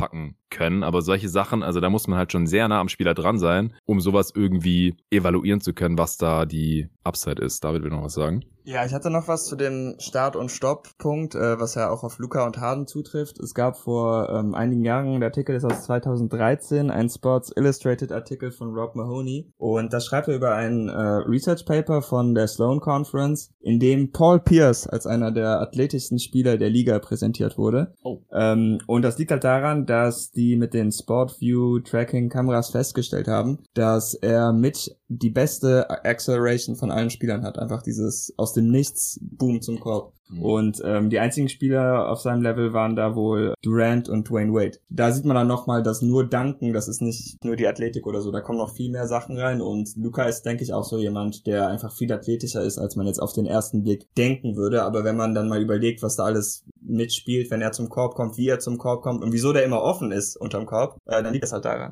können, aber solche Sachen, also da muss man halt schon sehr nah am Spieler dran sein, um sowas irgendwie evaluieren zu können, was da die Upside ist. David will noch was sagen. Ja, ich hatte noch was zu dem Start- und Stopp-Punkt, äh, was ja auch auf Luka und Harden zutrifft. Es gab vor ähm, einigen Jahren, der Artikel ist aus zweitausenddreizehn, ein Sports Illustrated Artikel von Rob Mahoney, und da schreibt er über ein äh, Research Paper von der Sloan Conference, in dem Paul Pierce als einer der athletischsten Spieler der Liga präsentiert wurde. Oh. Ähm, und das liegt halt daran, dass die mit den Sport-View-Tracking-Kameras festgestellt haben, dass er mit die beste Acceleration von allen Spielern hat. Einfach dieses aus dem Nichts Boom zum Korb. Mhm. Und ähm, die einzigen Spieler auf seinem Level waren da wohl Durant und Dwayne Wade. Da sieht man dann nochmal, dass nur Dunken, das ist nicht nur die Athletik oder so, da kommen noch viel mehr Sachen rein, und Luka ist, denke ich, auch so jemand, der einfach viel athletischer ist, als man jetzt auf den ersten Blick denken würde. Aber wenn man dann mal überlegt, was da alles mitspielt, wenn er zum Korb kommt, wie er zum Korb kommt und wieso der immer offen ist unterm Korb, äh, dann liegt das halt daran.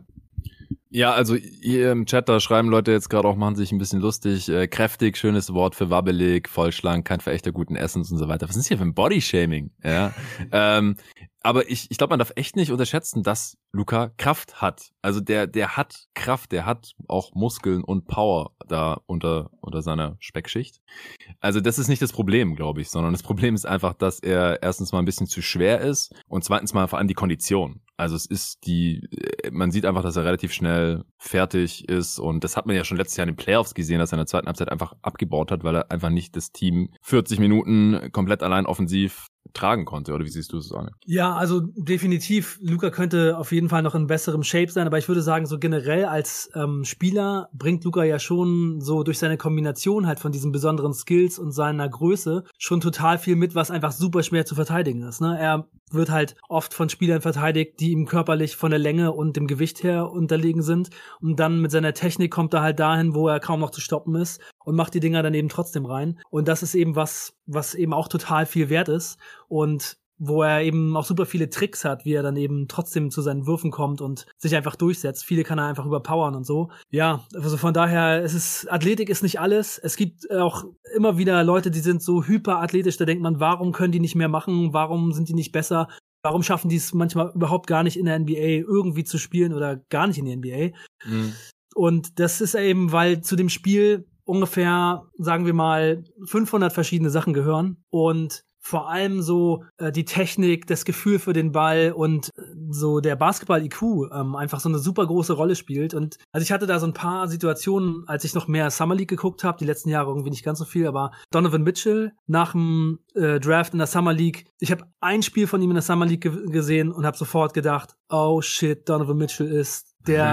Ja, also hier im Chat, da schreiben Leute jetzt gerade auch, machen sich ein bisschen lustig. Äh, kräftig, schönes Wort für wabbelig, vollschlank, kein Verächter guten Essens und so weiter. Was ist hier für ein Bodyshaming? Ja. ähm, aber ich, ich glaube, man darf echt nicht unterschätzen, dass Luka Kraft hat. Also der, der hat Kraft, der hat auch Muskeln und Power da unter, unter seiner Speckschicht. Also das ist nicht das Problem, glaube ich, sondern das Problem ist einfach, dass er erstens mal ein bisschen zu schwer ist und zweitens mal vor allem die Kondition. Also es ist die, man sieht einfach, dass er relativ schnell fertig ist, und das hat man ja schon letztes Jahr in den Playoffs gesehen, dass er in der zweiten Halbzeit einfach abgebaut hat, weil er einfach nicht das Team vierzig Minuten komplett allein offensiv tragen konnte. Oder wie siehst du es, Arne? Ja, also definitiv, Luka könnte auf jeden Fall noch in besserem Shape sein, aber ich würde sagen, so generell als ähm, Spieler bringt Luka ja schon so durch seine Kombination halt von diesen besonderen Skills und seiner Größe schon total viel mit, was einfach super schwer zu verteidigen ist. Ne? Er wird halt oft von Spielern verteidigt, die ihm körperlich von der Länge und dem Gewicht her unterlegen sind, und dann mit seiner Technik kommt er halt dahin, wo er kaum noch zu stoppen ist, und macht die Dinger dann eben trotzdem rein. Und das ist eben was, was eben auch total viel wert ist, und wo er eben auch super viele Tricks hat, wie er dann eben trotzdem zu seinen Würfen kommt und sich einfach durchsetzt. Viele kann er einfach überpowern und so. Ja, also von daher, es ist, Athletik ist nicht alles. Es gibt auch immer wieder Leute, die sind so hyperathletisch, da denkt man, warum können die nicht mehr machen? Warum sind die nicht besser? Warum schaffen die es manchmal überhaupt gar nicht in der N B A irgendwie zu spielen oder gar nicht in der N B A? Mhm. Und das ist eben, weil zu dem Spiel ungefähr, sagen wir mal, fünfhundert verschiedene Sachen gehören, und vor allem so äh, die Technik, das Gefühl für den Ball und äh, so der Basketball-I Q ähm, einfach so eine super große Rolle spielt. Und also ich hatte da so ein paar Situationen, als ich noch mehr Summer League geguckt habe, die letzten Jahre irgendwie nicht ganz so viel, aber Donovan Mitchell nach dem äh, Draft in der Summer League, ich habe ein Spiel von ihm in der Summer League ge- gesehen und habe sofort gedacht, oh shit, Donovan Mitchell ist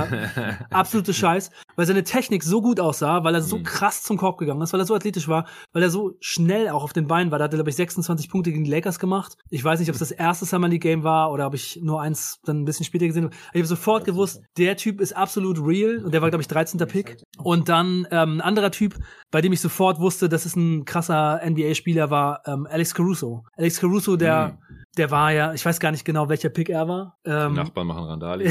der absolute Scheiß, weil seine Technik so gut aussah, weil er so krass zum Korb gegangen ist, weil er so athletisch war, weil er so schnell auch auf den Beinen war. Da hat er, glaube ich, sechsundzwanzig Punkte gegen die Lakers gemacht. Ich weiß nicht, ob es das erste Summer League Game war oder ob ich nur eins dann ein bisschen später gesehen habe. Ich habe sofort gewusst, der Typ ist absolut real, und der war, glaube ich, dreizehnter Pick. Und dann ähm, ein anderer Typ, bei dem ich sofort wusste, dass es ein krasser N B A-Spieler war, ähm, Alex Caruso. Alex Caruso, der mhm. Der war ja, ich weiß gar nicht genau, welcher Pick er war. Ähm, Die Nachbarn machen Randali.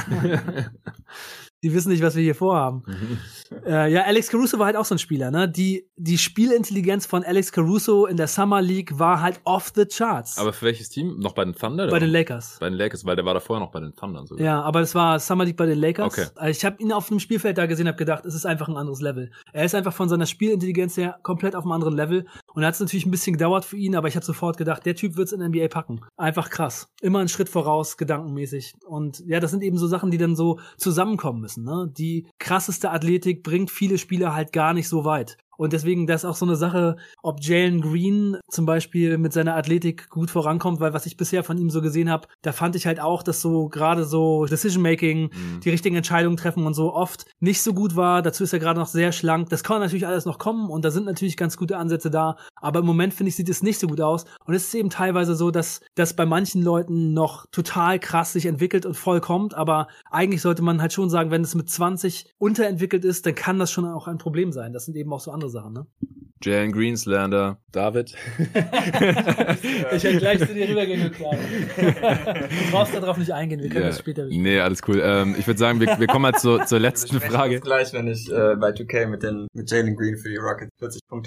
Die wissen nicht, was wir hier vorhaben. äh, ja, Alex Caruso war halt auch so ein Spieler, ne? Die, die Spielintelligenz von Alex Caruso in der Summer League war halt off the charts. Aber für welches Team? Noch bei den Thunder? Bei den Lakers. Bei den Lakers, weil der war da vorher noch bei den Thundern sogar. Ja, aber das war Summer League bei den Lakers. Okay. Also ich habe ihn auf dem Spielfeld da gesehen, habe gedacht, es ist einfach ein anderes Level. Er ist einfach von seiner Spielintelligenz her komplett auf einem anderen Level. Und da hat es natürlich ein bisschen gedauert für ihn, aber ich habe sofort gedacht, der Typ wird's in der N B A packen. Einfach krass. Immer einen Schritt voraus, gedankenmäßig. Und ja, das sind eben so Sachen, die dann so zusammenkommen müssen, ne? Die krasseste Athletik bringt viele Spieler halt gar nicht so weit. Und deswegen, das ist auch so eine Sache, ob Jalen Green zum Beispiel mit seiner Athletik gut vorankommt, weil was ich bisher von ihm so gesehen habe, da fand ich halt auch, dass so gerade so Decision-Making, mhm. die richtigen Entscheidungen treffen und so oft nicht so gut war. Dazu ist er gerade noch sehr schlank. Das kann natürlich alles noch kommen und da sind natürlich ganz gute Ansätze da. Aber im Moment, finde ich, sieht es nicht so gut aus. Und es ist eben teilweise so, dass das bei manchen Leuten noch total krass sich entwickelt und voll kommt. Aber eigentlich sollte man halt schon sagen, wenn es mit zwanzig unterentwickelt ist, dann kann das schon auch ein Problem sein. Das sind eben auch so andere Sachen, ne? Jalen Greenslander, David. Ich hätte gleich zu dir rübergehen können. Du brauchst darauf nicht eingehen, wir können ja, das später besprechen. Nee, alles cool. Ähm, ich würde sagen, wir, wir kommen mal zur, zur letzten wir Frage. Gleich, wenn ich äh, bei zwei K mit, den, mit Jalen Green für die Rockets vierzig Punkte mache.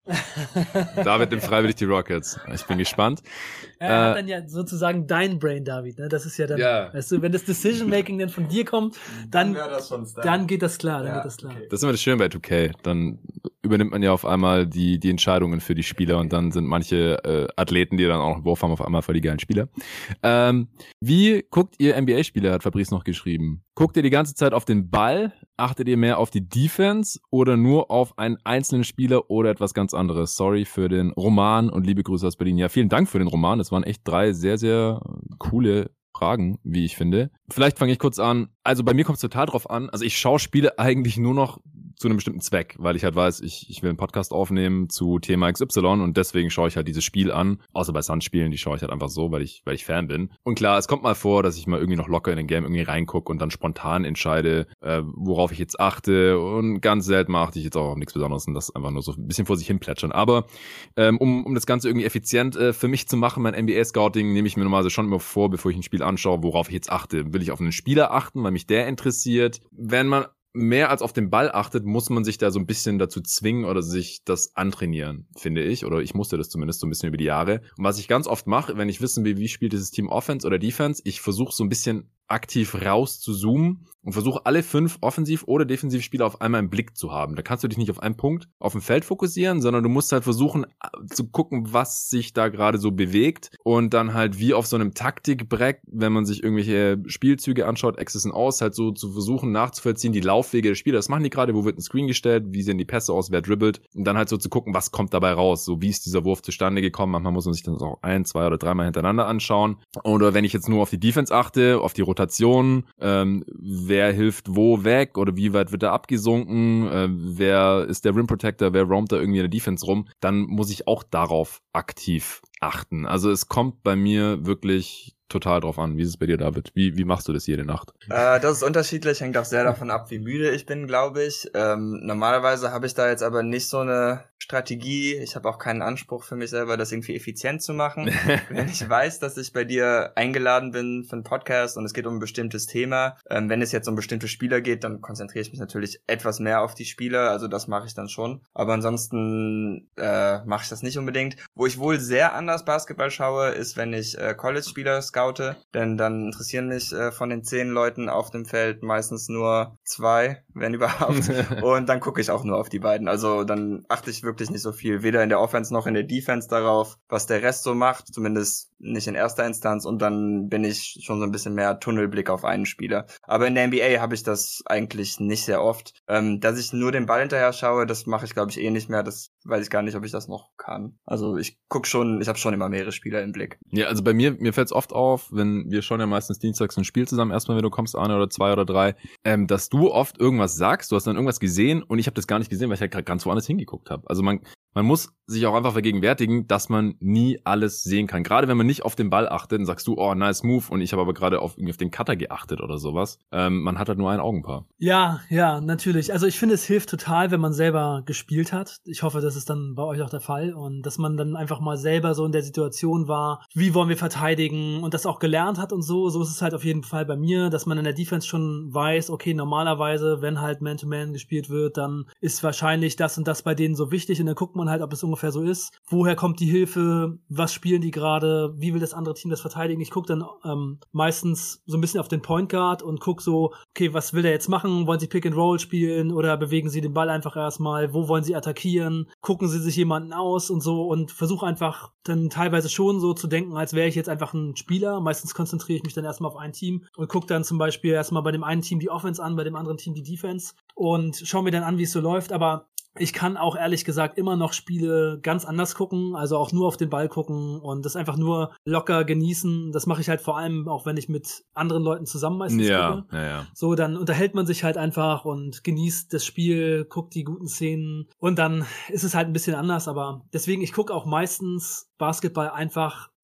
David nimmt freiwillig die Rockets. Ich bin gespannt. Er äh, hat dann ja sozusagen dein Brain, David. Ne? Das ist ja dann, ja. weißt du, wenn das Decision-Making dann von dir kommt, dann, dann, das schon dann geht das klar. Dann ja, geht das klar. Okay. Das ist immer das Schöne bei zwei K. Dann übernimmt man ja auf einmal die die Entscheidungen für die Spieler und dann sind manche äh, Athleten, die dann auch einen Wurf haben, auf einmal voll die geilen Spieler. Ähm, wie guckt ihr N B A-Spieler, hat Fabrice noch geschrieben. Guckt ihr die ganze Zeit auf den Ball? Achtet ihr mehr auf die Defense oder nur auf einen einzelnen Spieler oder etwas ganz anderes? Sorry für den Roman und liebe Grüße aus Berlin. Ja, vielen Dank für den Roman. Das waren echt drei sehr, sehr coole Fragen, wie ich finde. Vielleicht fange ich kurz an. Also bei mir kommt es total drauf an. Also ich schaue Spiele eigentlich nur noch zu einem bestimmten Zweck, weil ich halt weiß, ich, ich will einen Podcast aufnehmen zu Thema X Y und deswegen schaue ich halt dieses Spiel an. Außer bei Suns-Spielen, die schaue ich halt einfach so, weil ich, weil ich Fan bin. Und klar, es kommt mal vor, dass ich mal irgendwie noch locker in den Game irgendwie reingucke und dann spontan entscheide, äh, worauf ich jetzt achte. Und ganz selten achte ich jetzt auch auf nichts Besonderes und das einfach nur so ein bisschen vor sich hin plätschern. Aber ähm, um, um das Ganze irgendwie effizient äh, für mich zu machen, mein N B A-Scouting, nehme ich mir normalerweise schon immer vor, bevor ich ein Spiel anschaue, worauf ich jetzt achte. Will ich auf einen Spieler achten, weil mich der interessiert? Wenn man mehr als auf den Ball achtet, muss man sich da so ein bisschen dazu zwingen oder sich das antrainieren, finde ich. Oder ich musste das zumindest so ein bisschen über die Jahre. Und was ich ganz oft mache, wenn ich wissen will, wie spielt dieses Team Offense oder Defense, ich versuche so ein bisschen aktiv raus zu zoomen und versuche alle fünf Offensiv- oder Defensivspieler auf einmal im Blick zu haben. Da kannst du dich nicht auf einen Punkt auf dem Feld fokussieren, sondern du musst halt versuchen zu gucken, was sich da gerade so bewegt und dann halt wie auf so einem Taktikbrett, wenn man sich irgendwelche Spielzüge anschaut, X's und O's, halt so zu versuchen nachzuvollziehen, die Laufwege der Spieler, das machen die gerade, wo wird ein Screen gestellt, wie sehen die Pässe aus, wer dribbelt und dann halt so zu gucken, was kommt dabei raus, so wie ist dieser Wurf zustande gekommen. Manchmal muss man sich das auch ein, zwei oder dreimal hintereinander anschauen. Oder wenn ich jetzt nur auf die Defense achte, auf die Rotation, ähm, wer hilft wo weg oder wie weit wird er abgesunken, äh, wer ist der Rim Protector, wer roamt da irgendwie in der Defense rum, dann muss ich auch darauf aktiv achten. Also es kommt bei mir wirklich total drauf an. Wie ist es bei dir, David? Wie, wie machst du das jede Nacht? Äh, das ist unterschiedlich, hängt auch sehr davon ab, wie müde ich bin, glaube ich. Ähm, normalerweise habe ich da jetzt aber nicht so eine Strategie. Ich habe auch keinen Anspruch für mich selber, das irgendwie effizient zu machen. Wenn ich weiß, dass ich bei dir eingeladen bin für einen Podcast und es geht um ein bestimmtes Thema, ähm, wenn es jetzt um bestimmte Spieler geht, dann konzentriere ich mich natürlich etwas mehr auf die Spieler. Also das mache ich dann schon. Aber ansonsten äh, mache ich das nicht unbedingt. Wo ich wohl sehr anders Basketball schaue, ist, wenn ich äh, College-Spieler scoute, denn dann interessieren mich äh, von den zehn Leuten auf dem Feld meistens nur zwei, wenn überhaupt. Und dann gucke ich auch nur auf die beiden. Also dann achte ich wirklich nicht so viel, weder in der Offense noch in der Defense darauf, was der Rest so macht, zumindest nicht in erster Instanz. Und dann bin ich schon so ein bisschen mehr Tunnelblick auf einen Spieler. Aber in der N B A habe ich das eigentlich nicht sehr oft. Ähm, dass ich nur den Ball hinterher schaue, das mache ich glaube ich eh nicht mehr. Das weiß ich gar nicht, ob ich das noch kann. Also ich gucke schon, ich habe schon immer mehrere Spieler im Blick. Ja, also bei mir, mir fällt es oft auf, wenn wir schauen ja meistens dienstags ein Spiel zusammen, erstmal, wenn du kommst, eine oder zwei oder drei, ähm, dass du oft irgendwas sagst, du hast dann irgendwas gesehen und ich habe das gar nicht gesehen, weil ich halt gerade ganz woanders hingeguckt habe. Also man man muss sich auch einfach vergegenwärtigen, dass man nie alles sehen kann. Gerade wenn man nicht auf den Ball achtet, dann sagst du, oh, nice move, und ich habe aber gerade auf, auf den Cutter geachtet oder sowas. Ähm, man hat halt nur ein Augenpaar. Ja, ja, natürlich. Also ich finde, es hilft total, wenn man selber gespielt hat. Ich hoffe, das ist dann bei euch auch der Fall und dass man dann einfach mal selber so in der Situation war, wie wollen wir verteidigen und das auch gelernt hat und so. So ist es halt auf jeden Fall bei mir, dass man in der Defense schon weiß, okay, normalerweise, wenn halt Man-to-Man gespielt wird, dann ist wahrscheinlich das und das bei denen so wichtig und dann guckt man halt, ob es ungefähr so ist. Woher kommt die Hilfe? Was spielen die gerade? Wie will das andere Team das verteidigen? Ich gucke dann ähm, meistens so ein bisschen auf den Point Guard und gucke so, okay, was will der jetzt machen? Wollen sie Pick and Roll spielen oder bewegen sie den Ball einfach erstmal? Wo wollen sie attackieren? Gucken sie sich jemanden aus und so und versuche einfach dann teilweise schon so zu denken, als wäre ich jetzt einfach ein Spieler. Meistens konzentriere ich mich dann erstmal auf ein Team und gucke dann zum Beispiel erstmal bei dem einen Team die Offense an, bei dem anderen Team die Defense und schaue mir dann an, wie es so läuft. Aber ich kann auch ehrlich gesagt immer noch Spiele ganz anders gucken, also auch nur auf den Ball gucken und das einfach nur locker genießen. Das mache ich halt vor allem auch, wenn ich mit anderen Leuten zusammen meistens ja, gucke. Ja, ja. So, dann unterhält man sich halt einfach und genießt das Spiel, guckt die guten Szenen und dann ist es halt ein bisschen anders, aber deswegen, ich gucke auch meistens Basketball einfach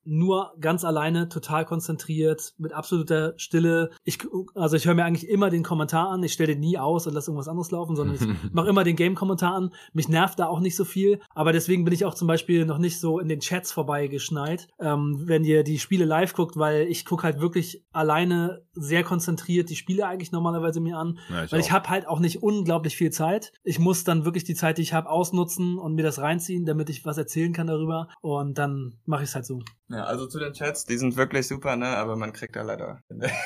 nur ganz alleine, total konzentriert, mit absoluter Stille. Ich, also ich höre mir eigentlich immer den Kommentar an, ich stelle den nie aus und lasse irgendwas anderes laufen, sondern ich mache immer den Game-Kommentar an. Mich nervt da auch nicht so viel, aber deswegen bin ich auch zum Beispiel noch nicht so in den Chats vorbeigeschneit, ähm, wenn ihr die Spiele live guckt, weil ich gucke halt wirklich alleine sehr konzentriert die Spiele eigentlich normalerweise mir an, ja, ich weil auch. ich habe halt auch nicht unglaublich viel Zeit. Ich muss dann wirklich die Zeit, die ich habe, ausnutzen und mir das reinziehen, damit ich was erzählen kann darüber und dann mache ich es halt so. Ja, also zu den Chats, die sind wirklich super, ne, aber man kriegt da leider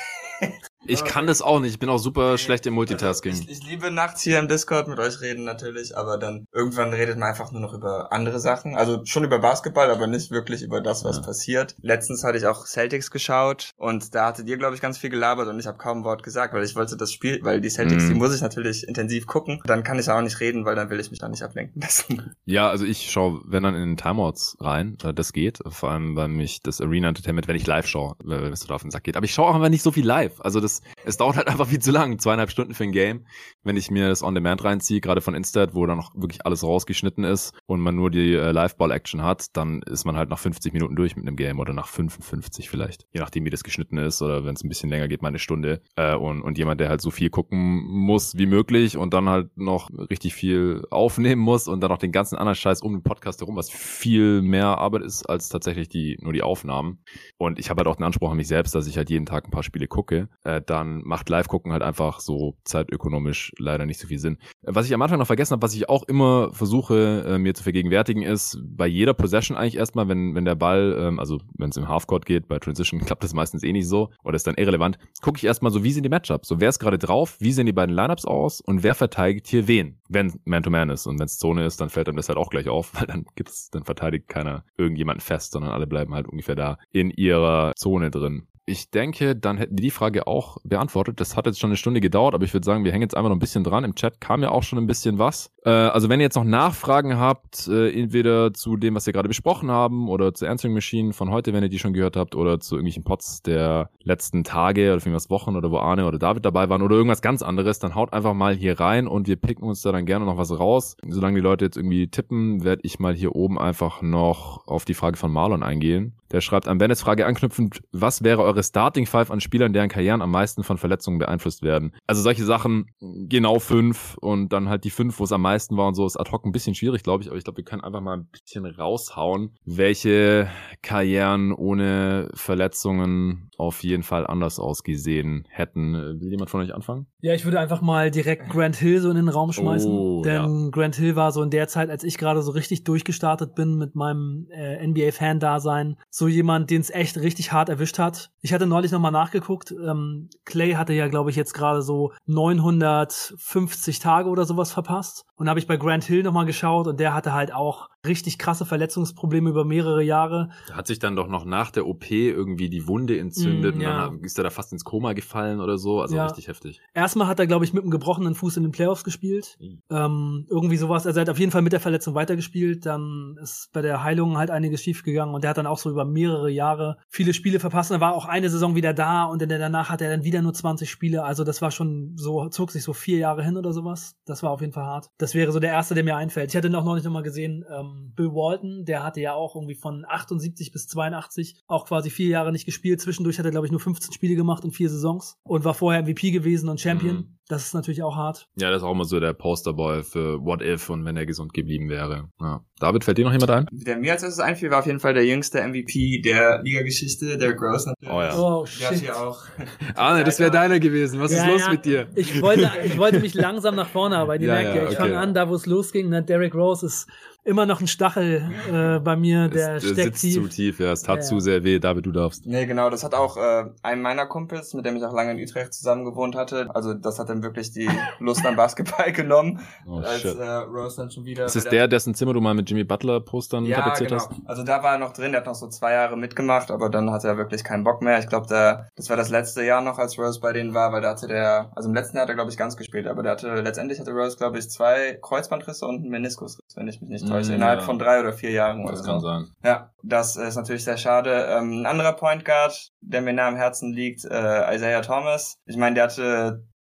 Ich kann das auch nicht. Ich bin auch super okay. schlecht im Multitasking. Also ich, ich liebe nachts hier im Discord mit euch reden natürlich, aber dann irgendwann redet man einfach nur noch über andere Sachen. Also schon über Basketball, aber nicht wirklich über das, was ja. passiert. Letztens hatte ich auch Celtics geschaut und da hattet ihr, glaube ich, ganz viel gelabert und ich habe kaum ein Wort gesagt, weil ich wollte das Spiel, weil die Celtics, mm. die muss ich natürlich intensiv gucken. Dann kann ich auch nicht reden, weil dann will ich mich da nicht ablenken lassen. Ja, also ich schaue, wenn dann in den Timeouts rein, das geht. Vor allem, weil mich das Arena Entertainment, wenn ich live schaue, wenn es so auf den Sack geht. Aber ich schaue auch einfach nicht so viel live. Also das Es dauert halt einfach viel zu lang, zweieinhalb Stunden für ein Game. Wenn ich mir das On-Demand reinziehe, gerade von Instat, wo dann noch wirklich alles rausgeschnitten ist und man nur die äh, Live-Ball-Action hat, dann ist man halt nach fünfzig Minuten durch mit einem Game oder nach fünfundfünfzig vielleicht. Je nachdem, wie das geschnitten ist oder wenn es ein bisschen länger geht, mal eine Stunde. Äh, und, und jemand, der halt so viel gucken muss wie möglich und dann halt noch richtig viel aufnehmen muss und dann noch den ganzen anderen Scheiß um den Podcast herum, was viel mehr Arbeit ist als tatsächlich die nur die Aufnahmen. Und ich habe halt auch den Anspruch an mich selbst, dass ich halt jeden Tag ein paar Spiele gucke. Äh, dann macht Live-Gucken halt einfach so zeitökonomisch leider nicht so viel Sinn. Was ich am Anfang noch vergessen habe, was ich auch immer versuche äh, mir zu vergegenwärtigen, ist bei jeder Possession eigentlich erstmal, wenn wenn der Ball, ähm, also wenn es im Halfcourt geht, bei Transition klappt das meistens eh nicht so oder ist dann irrelevant, gucke ich erstmal so, wie sind die Matchups? So, wer ist gerade drauf? Wie sehen die beiden Lineups aus? Und wer verteidigt hier wen? Wenn Man-to-Man ist. Und wenn es Zone ist, dann fällt einem das halt auch gleich auf, weil dann gibt's, dann verteidigt keiner irgendjemanden fest, sondern alle bleiben halt ungefähr da in ihrer Zone drin. Ich denke, dann hätten wir die Frage auch beantwortet. Das hat jetzt schon eine Stunde gedauert, aber ich würde sagen, wir hängen jetzt einfach noch ein bisschen dran. Im Chat kam ja auch schon ein bisschen was. Äh, also wenn ihr jetzt noch Nachfragen habt, äh, entweder zu dem, was wir gerade besprochen haben oder zu Answering Machine von heute, wenn ihr die schon gehört habt, oder zu irgendwelchen Pods der letzten Tage oder irgendwas Wochen oder wo Arne oder David dabei waren oder irgendwas ganz anderes, dann haut einfach mal hier rein und wir picken uns da dann gerne noch was raus. Solange die Leute jetzt irgendwie tippen, werde ich mal hier oben einfach noch auf die Frage von Marlon eingehen. Der schreibt an Bennets Frage anknüpfend, was wäre eure Starting Five an Spielern, deren Karrieren am meisten von Verletzungen beeinflusst werden? Also solche Sachen, genau fünf und dann halt die fünf, wo es am meisten war und so, ist ad hoc ein bisschen schwierig, glaube ich, aber ich glaube, wir können einfach mal ein bisschen raushauen, welche Karrieren ohne Verletzungen auf jeden Fall anders ausgesehen hätten. Will jemand von euch anfangen? Ja, ich würde einfach mal direkt Grant Hill so in den Raum schmeißen, oh, denn ja. Grant Hill war so in der Zeit, als ich gerade so richtig durchgestartet bin mit meinem äh, N B A-Fan-Dasein, so jemand, den es echt richtig hart erwischt hat. Ich hatte neulich nochmal nachgeguckt, ähm, Clay hatte ja, glaube ich, jetzt gerade so neunhundertfünfzig Tage oder sowas verpasst. Und habe ich bei Grant Hill nochmal geschaut und der hatte halt auch richtig krasse Verletzungsprobleme über mehrere Jahre. Da hat sich dann doch noch nach der O P irgendwie die Wunde entzündet mm, ja. und dann ist er da fast ins Koma gefallen oder so. Also ja. richtig heftig. Erstmal hat er, glaube ich, mit einem gebrochenen Fuß in den Playoffs gespielt. Mhm. Ähm, irgendwie sowas. Also er hat auf jeden Fall mit der Verletzung weitergespielt. Dann ist bei der Heilung halt einiges schief gegangen und der hat dann auch so über mehrere Jahre viele Spiele verpasst. Er war auch eine Saison wieder da und in der danach hatte er dann wieder nur zwanzig Spiele. Also das war schon so, zog sich so vier Jahre hin oder sowas. Das war auf jeden Fall hart. Das wäre so der erste, der mir einfällt. Ich hatte ihn auch noch nicht nochmal gesehen, ähm, Bill Walton, der hatte ja auch irgendwie von achtundsiebzig bis zweiundachtzig auch quasi vier Jahre nicht gespielt. Zwischendurch hat er, glaube ich, nur fünfzehn Spiele gemacht in vier Saisons und war vorher M V P gewesen und Champion. Mhm. Das ist natürlich auch hart. Ja, das ist auch immer so der Posterboy für What If und wenn er gesund geblieben wäre. Ja. David, fällt dir noch jemand ein? Der mir als erstes einfiel, war auf jeden Fall der jüngste M V P der Liga-Geschichte, Derrick Rose natürlich. Oh ja. Oh, shit. Ja, auch. Arne, das wäre deiner gewesen. Was ja, ist los ja. mit dir? Ich wollte, ich wollte mich langsam nach vorne arbeiten. Ihr ja, merkt ja, ja, ich okay. fange an, da wo es losging. Ne? Derrick Rose ist immer noch ein Stachel äh, bei mir, der es, steckt sitzt tief. zu tief, ja, es tat ja, zu ja. sehr weh. David, du darfst. Nee, genau, das hat auch äh, ein meiner Kumpels, mit dem ich auch lange in Utrecht zusammen gewohnt hatte. Also das hat dann wirklich die Lust am Basketball genommen, oh, als äh, Rose dann schon wieder... Das ist der, dessen Zimmer du mal mit Jimmy Butler Postern ja, tapeziert genau. hast? Also da war er noch drin, der hat noch so zwei Jahre mitgemacht, aber dann hatte er wirklich keinen Bock mehr. Ich glaube, der das war das letzte Jahr noch, als Rose bei denen war, weil da hatte der, also im letzten Jahr hat er, glaube ich, ganz gespielt, aber der hatte, letztendlich hatte Rose, glaube ich, zwei Kreuzbandrisse und einen Meniskusriss, wenn ich mich nicht täusche, mm, innerhalb ja. von drei oder vier Jahren oder das so. Das kann sein. Ja, das ist natürlich sehr schade. Ähm, ein anderer Point Guard, der mir nah am Herzen liegt, äh, Isaiah Thomas. Ich meine, der hatte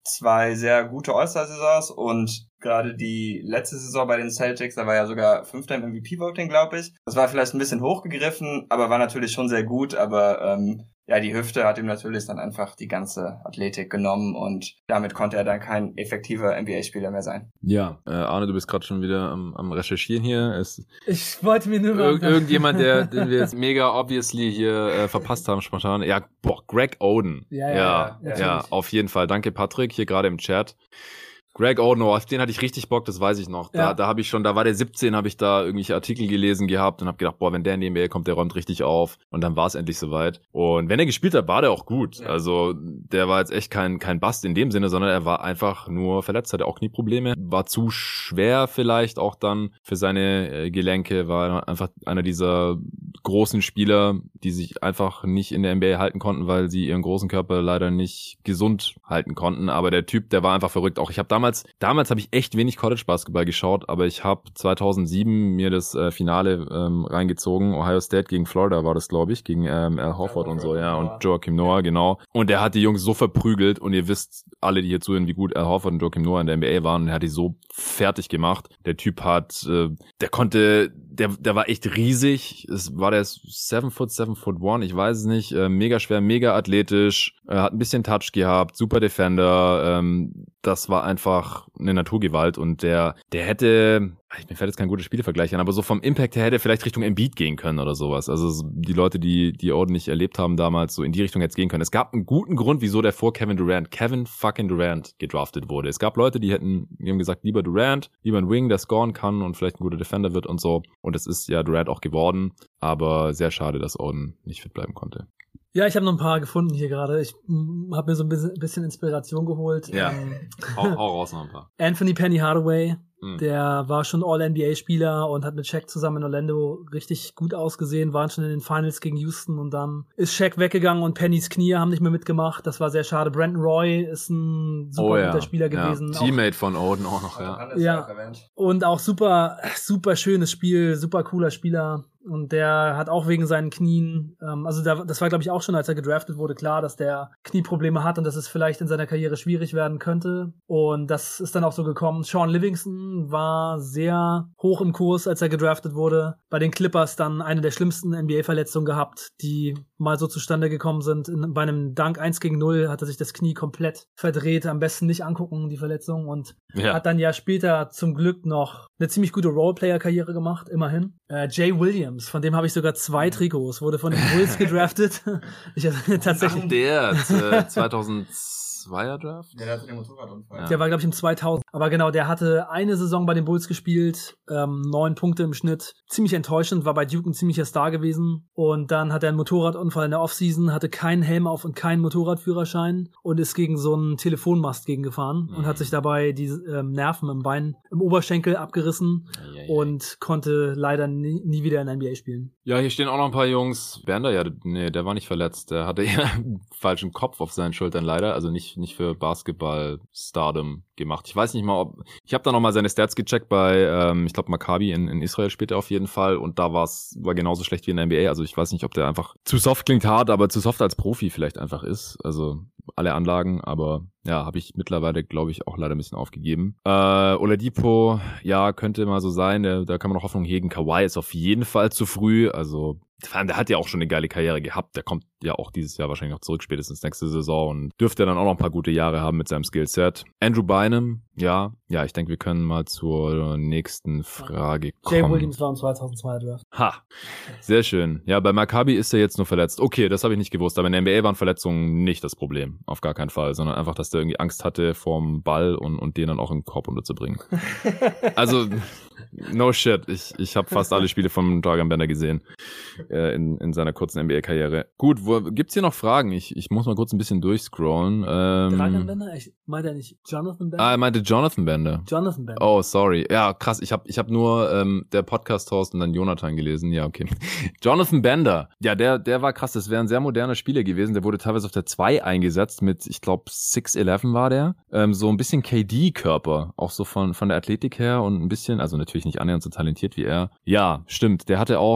zwei sehr gute All-Star-Saisons und gerade die letzte Saison bei den Celtics, da war ja sogar Fünfter im M V P-Voting, glaube ich. Das war vielleicht ein bisschen hochgegriffen, aber war natürlich schon sehr gut, aber ähm, ja, die Hüfte hat ihm natürlich dann einfach die ganze Athletik genommen und damit konnte er dann kein effektiver N B A-Spieler mehr sein. Ja, äh, Arne, du bist gerade schon wieder am, am Recherchieren hier. Es ich wollte mir nur Ir- irgendjemand, der, den wir jetzt mega obviously hier äh, verpasst haben, spontan. Ja, boah, Greg Oden. Ja, ja, ja, ja, ja, auf jeden Fall. Danke, Patrick, hier gerade im Chat. Greg Oden, oh, auf den hatte ich richtig Bock, das weiß ich noch. Da, ja. da habe ich schon, da war der siebzehn, habe ich da irgendwelche Artikel gelesen gehabt und habe gedacht, boah, wenn der in die N B A kommt, der räumt richtig auf. Und dann war es endlich soweit. Und wenn er gespielt hat, war der auch gut. Ja. Also der war jetzt echt kein kein Bust in dem Sinne, sondern er war einfach nur verletzt, hatte auch Knieprobleme. War zu schwer vielleicht auch dann für seine äh, Gelenke, war einfach einer dieser großen Spieler, die sich einfach nicht in der N B A halten konnten, weil sie ihren großen Körper leider nicht gesund halten konnten. Aber der Typ, der war einfach verrückt. Auch ich habe damals Damals, damals habe ich echt wenig College-Basketball geschaut, aber ich habe zweitausendsieben mir das äh, Finale ähm, reingezogen. Ohio State gegen Florida war das, glaube ich, gegen ähm, Al Horford ja, und so, ja, und Joakim Noah, genau. Und der hat die Jungs so verprügelt und ihr wisst alle, die hier zuhören, wie gut Al Horford und Joakim Noah in der N B A waren und er hat die so fertig gemacht. Der Typ hat, äh, der konnte, der der war echt riesig. Es war der seven foot, seven foot one, ich weiß es nicht, äh, mega schwer, mega athletisch, äh, hat ein bisschen Touch gehabt, super Defender, ähm, das war einfach eine Naturgewalt und der der hätte, mir fällt jetzt kein guter Spielevergleich an, aber so vom Impact her hätte er vielleicht Richtung Embiid gehen können oder sowas. Also die Leute, die die Oden nicht erlebt haben damals, so in die Richtung hätte es gehen können. Es gab einen guten Grund, wieso der vor Kevin Durant, Kevin fucking Durant gedraftet wurde. Es gab Leute, die hätten, die haben gesagt, lieber Durant, lieber ein Wing, der scoren kann und vielleicht ein guter Defender wird und so. Und es ist ja Durant auch geworden, aber sehr schade, dass Oden nicht fit bleiben konnte. Ja, ich habe noch ein paar gefunden hier gerade. Ich habe mir so ein bisschen, bisschen Inspiration geholt. Ja, ähm, hau, hau raus noch ein paar. Anthony Penny Hardaway, mhm. der war schon All-N B A-Spieler und hat mit Shaq zusammen in Orlando richtig gut ausgesehen, waren schon in den Finals gegen Houston und dann ist Shaq weggegangen und Pennys Knie haben nicht mehr mitgemacht. Das war sehr schade. Brandon Roy ist ein super oh, ja. guter Spieler gewesen. Ja. Teammate von Oden auch noch, ja. Ja, und auch super, super schönes Spiel, super cooler Spieler. Und der hat auch wegen seinen Knien, ähm, also da, das war, glaube ich, auch schon, als er gedraftet wurde, klar, dass der Knieprobleme hat und dass es vielleicht in seiner Karriere schwierig werden könnte. Und das ist dann auch so gekommen. Sean Livingston war sehr hoch im Kurs, als er gedraftet wurde. Bei den Clippers dann eine der schlimmsten N B A-Verletzungen gehabt, die mal so zustande gekommen sind. In, bei einem Dunk eins gegen null hat er sich das Knie komplett verdreht. Am besten nicht angucken, die Verletzung. Und ja. hat dann ja später zum Glück noch eine ziemlich gute Roleplayer-Karriere gemacht, immerhin. Äh, Jay Williams, von dem habe ich sogar zwei Trikots, wurde von den Bulls gedraftet. Ich hatte tatsächlich. Ach, der äh, zweitausendzweier Draft? Der hatte den Motorradunfall. Ja. Der war, glaube ich, im zweitausend. Aber genau, der hatte eine Saison bei den Bulls gespielt, ähm, neun Punkte im Schnitt. Ziemlich enttäuschend, war bei Duke ein ziemlicher Star gewesen. Und dann hat er einen Motorradunfall in der Offseason, hatte keinen Helm auf und keinen Motorradführerschein und ist gegen so einen Telefonmast gegengefahren mhm. und hat sich dabei die ähm, Nerven im Bein, im Oberschenkel abgerissen ja, ja, ja. und konnte leider nie, nie wieder in der N B A spielen. Ja, hier stehen auch noch ein paar Jungs. Bender, ja, nee, der war nicht verletzt. Der hatte eher einen falschen Kopf auf seinen Schultern leider. Also nicht nicht für Basketball-Stardom gemacht. Ich weiß nicht mal, ob... Ich habe da noch mal seine Stats gecheckt bei, ähm, ich glaube, Maccabi in, in Israel spielt er auf jeden Fall. Und da war's war genauso schlecht wie in der N B A. Also ich weiß nicht, ob der einfach zu soft klingt hart, aber zu soft als Profi vielleicht einfach ist. Also alle Anlagen, aber ja, habe ich mittlerweile, glaube ich, auch leider ein bisschen aufgegeben. Äh, Oladipo, ja, könnte mal so sein. Der, da kann man noch Hoffnung hegen. Kawhi ist auf jeden Fall zu früh. Also vor allem, der hat ja auch schon eine geile Karriere gehabt. Der kommt ja auch dieses Jahr wahrscheinlich noch zurück, spätestens nächste Saison und dürfte dann auch noch ein paar gute Jahre haben mit seinem Skillset. Andrew Bynum, ja, ja, ich denke, wir können mal zur nächsten Frage kommen. Jay Williams war im zweitausendzweier Draft. Ha, sehr schön. Ja, bei Maccabi ist er jetzt nur verletzt. Okay, das habe ich nicht gewusst, aber in der N B A waren Verletzungen nicht das Problem, auf gar keinen Fall, sondern einfach, dass der irgendwie Angst hatte vorm Ball und, und den dann auch im Korb unterzubringen. Also, no shit, ich, ich habe fast alle Spiele von Dragan Bender gesehen äh, in, in seiner kurzen N B A-Karriere. Gut, wo, gibt's hier noch Fragen? Ich, ich muss mal kurz ein bisschen durchscrollen. Ähm, Dragan Bender? Ich meinte ja nicht Jonathan Bender? Ah, er meinte Jonathan Bender. Jonathan Bender. Oh, sorry. Ja, krass. Ich habe ich hab nur ähm, der Podcast-Host und dann Jonathan gelesen. Ja, okay. Jonathan Bender. Ja, der der war krass. Das wäre ein sehr moderner Spieler gewesen. Der wurde teilweise auf der zwei eingesetzt mit, ich glaube, six eleven war der. Ähm, so ein bisschen K D-Körper. Auch so von von der Athletik her und ein bisschen, also natürlich nicht annähernd so talentiert wie er. Ja, stimmt. Der hatte auch...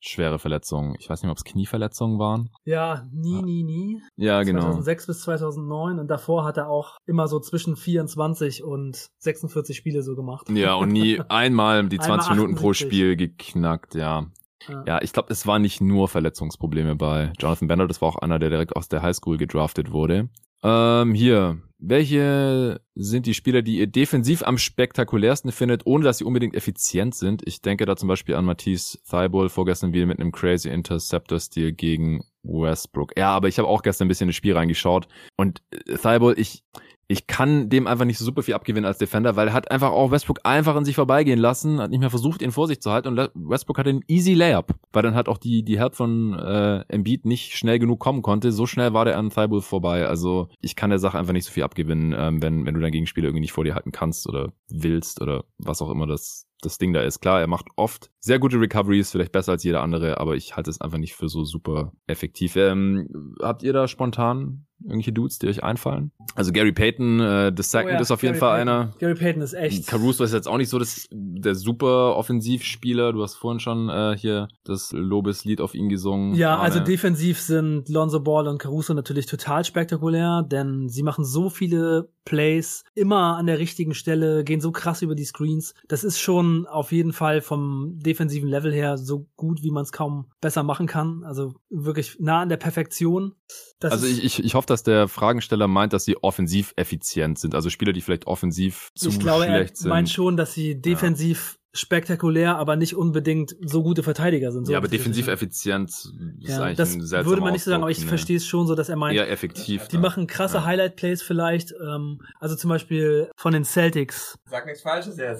schwere Verletzungen. Ich weiß nicht, ob es Knieverletzungen waren. Ja, nie, nie, nie. Ja, genau. zweitausendsechs bis zweitausendneun und davor hat er auch immer so zwischen vierundzwanzig und sechsundvierzig Spiele so gemacht. Ja, und nie einmal die zwanzig Einmal Minuten pro achtundsiebzig. Spiel geknackt, ja. Ja. Ja, ich glaube, es waren nicht nur Verletzungsprobleme bei Jonathan Bender, das war auch einer, der direkt aus der Highschool gedraftet wurde. Ähm, hier, welche sind die Spieler, die ihr defensiv am spektakulärsten findet, ohne dass sie unbedingt effizient sind? Ich denke da zum Beispiel an Matisse Thybulle, vorgestern wieder mit einem crazy Interceptor-Stil gegen Westbrook. Ja, aber ich habe auch gestern ein bisschen ins Spiel reingeschaut und Thybulle, ich... Ich kann dem einfach nicht so super viel abgewinnen als Defender, weil er hat einfach auch Westbrook einfach an sich vorbeigehen lassen, hat nicht mehr versucht, ihn vor sich zu halten und Westbrook hatte einen easy Layup, weil dann halt auch die die Help von äh, Embiid nicht schnell genug kommen konnte. So schnell war der an Thybulle vorbei. Also ich kann der Sache einfach nicht so viel abgewinnen, ähm, wenn wenn du deinen Gegenspieler irgendwie nicht vor dir halten kannst oder willst oder was auch immer das das Ding da ist. Klar, er macht oft sehr gute Recoveries, vielleicht besser als jeder andere, aber ich halte es einfach nicht für so super effektiv. Ähm, habt ihr da spontan irgendwelche Dudes, die euch einfallen? Also Gary Payton, äh, the Second Oh ja, ist auf jeden Gary Fall Payton. einer. Gary Payton ist echt. Caruso ist jetzt auch nicht so das, der super Offensivspieler. Du hast vorhin schon äh, hier das Lobeslied auf ihn gesungen. Ja, Arne. also defensiv sind Lonzo Ball und Caruso natürlich total spektakulär, denn sie machen so viele Plays immer an der richtigen Stelle, gehen so krass über die Screens. Das ist schon auf jeden Fall vom defensiven Level her so gut, wie man es kaum besser machen kann. Also wirklich nah an der Perfektion. Das also ich, ich, ich hoffe, dass der Fragensteller meint, dass sie offensiv effizient sind. Also Spieler, die vielleicht offensiv zu ich glaube, schlecht er sind. meint schon, dass sie defensiv spektakulär, aber nicht unbedingt so gute Verteidiger sind. So ja, aber defensiv verstehen. effizient ist Ja, eigentlich das ein seltsamer würde man nicht so sagen, aber ich Ausdruck, ne? verstehe es schon so, dass er meint, Eher effektiv. die machen krasse Ja. Highlight-Plays vielleicht. Ähm, also zum Beispiel von den Celtics. Sag nichts Falsches jetzt.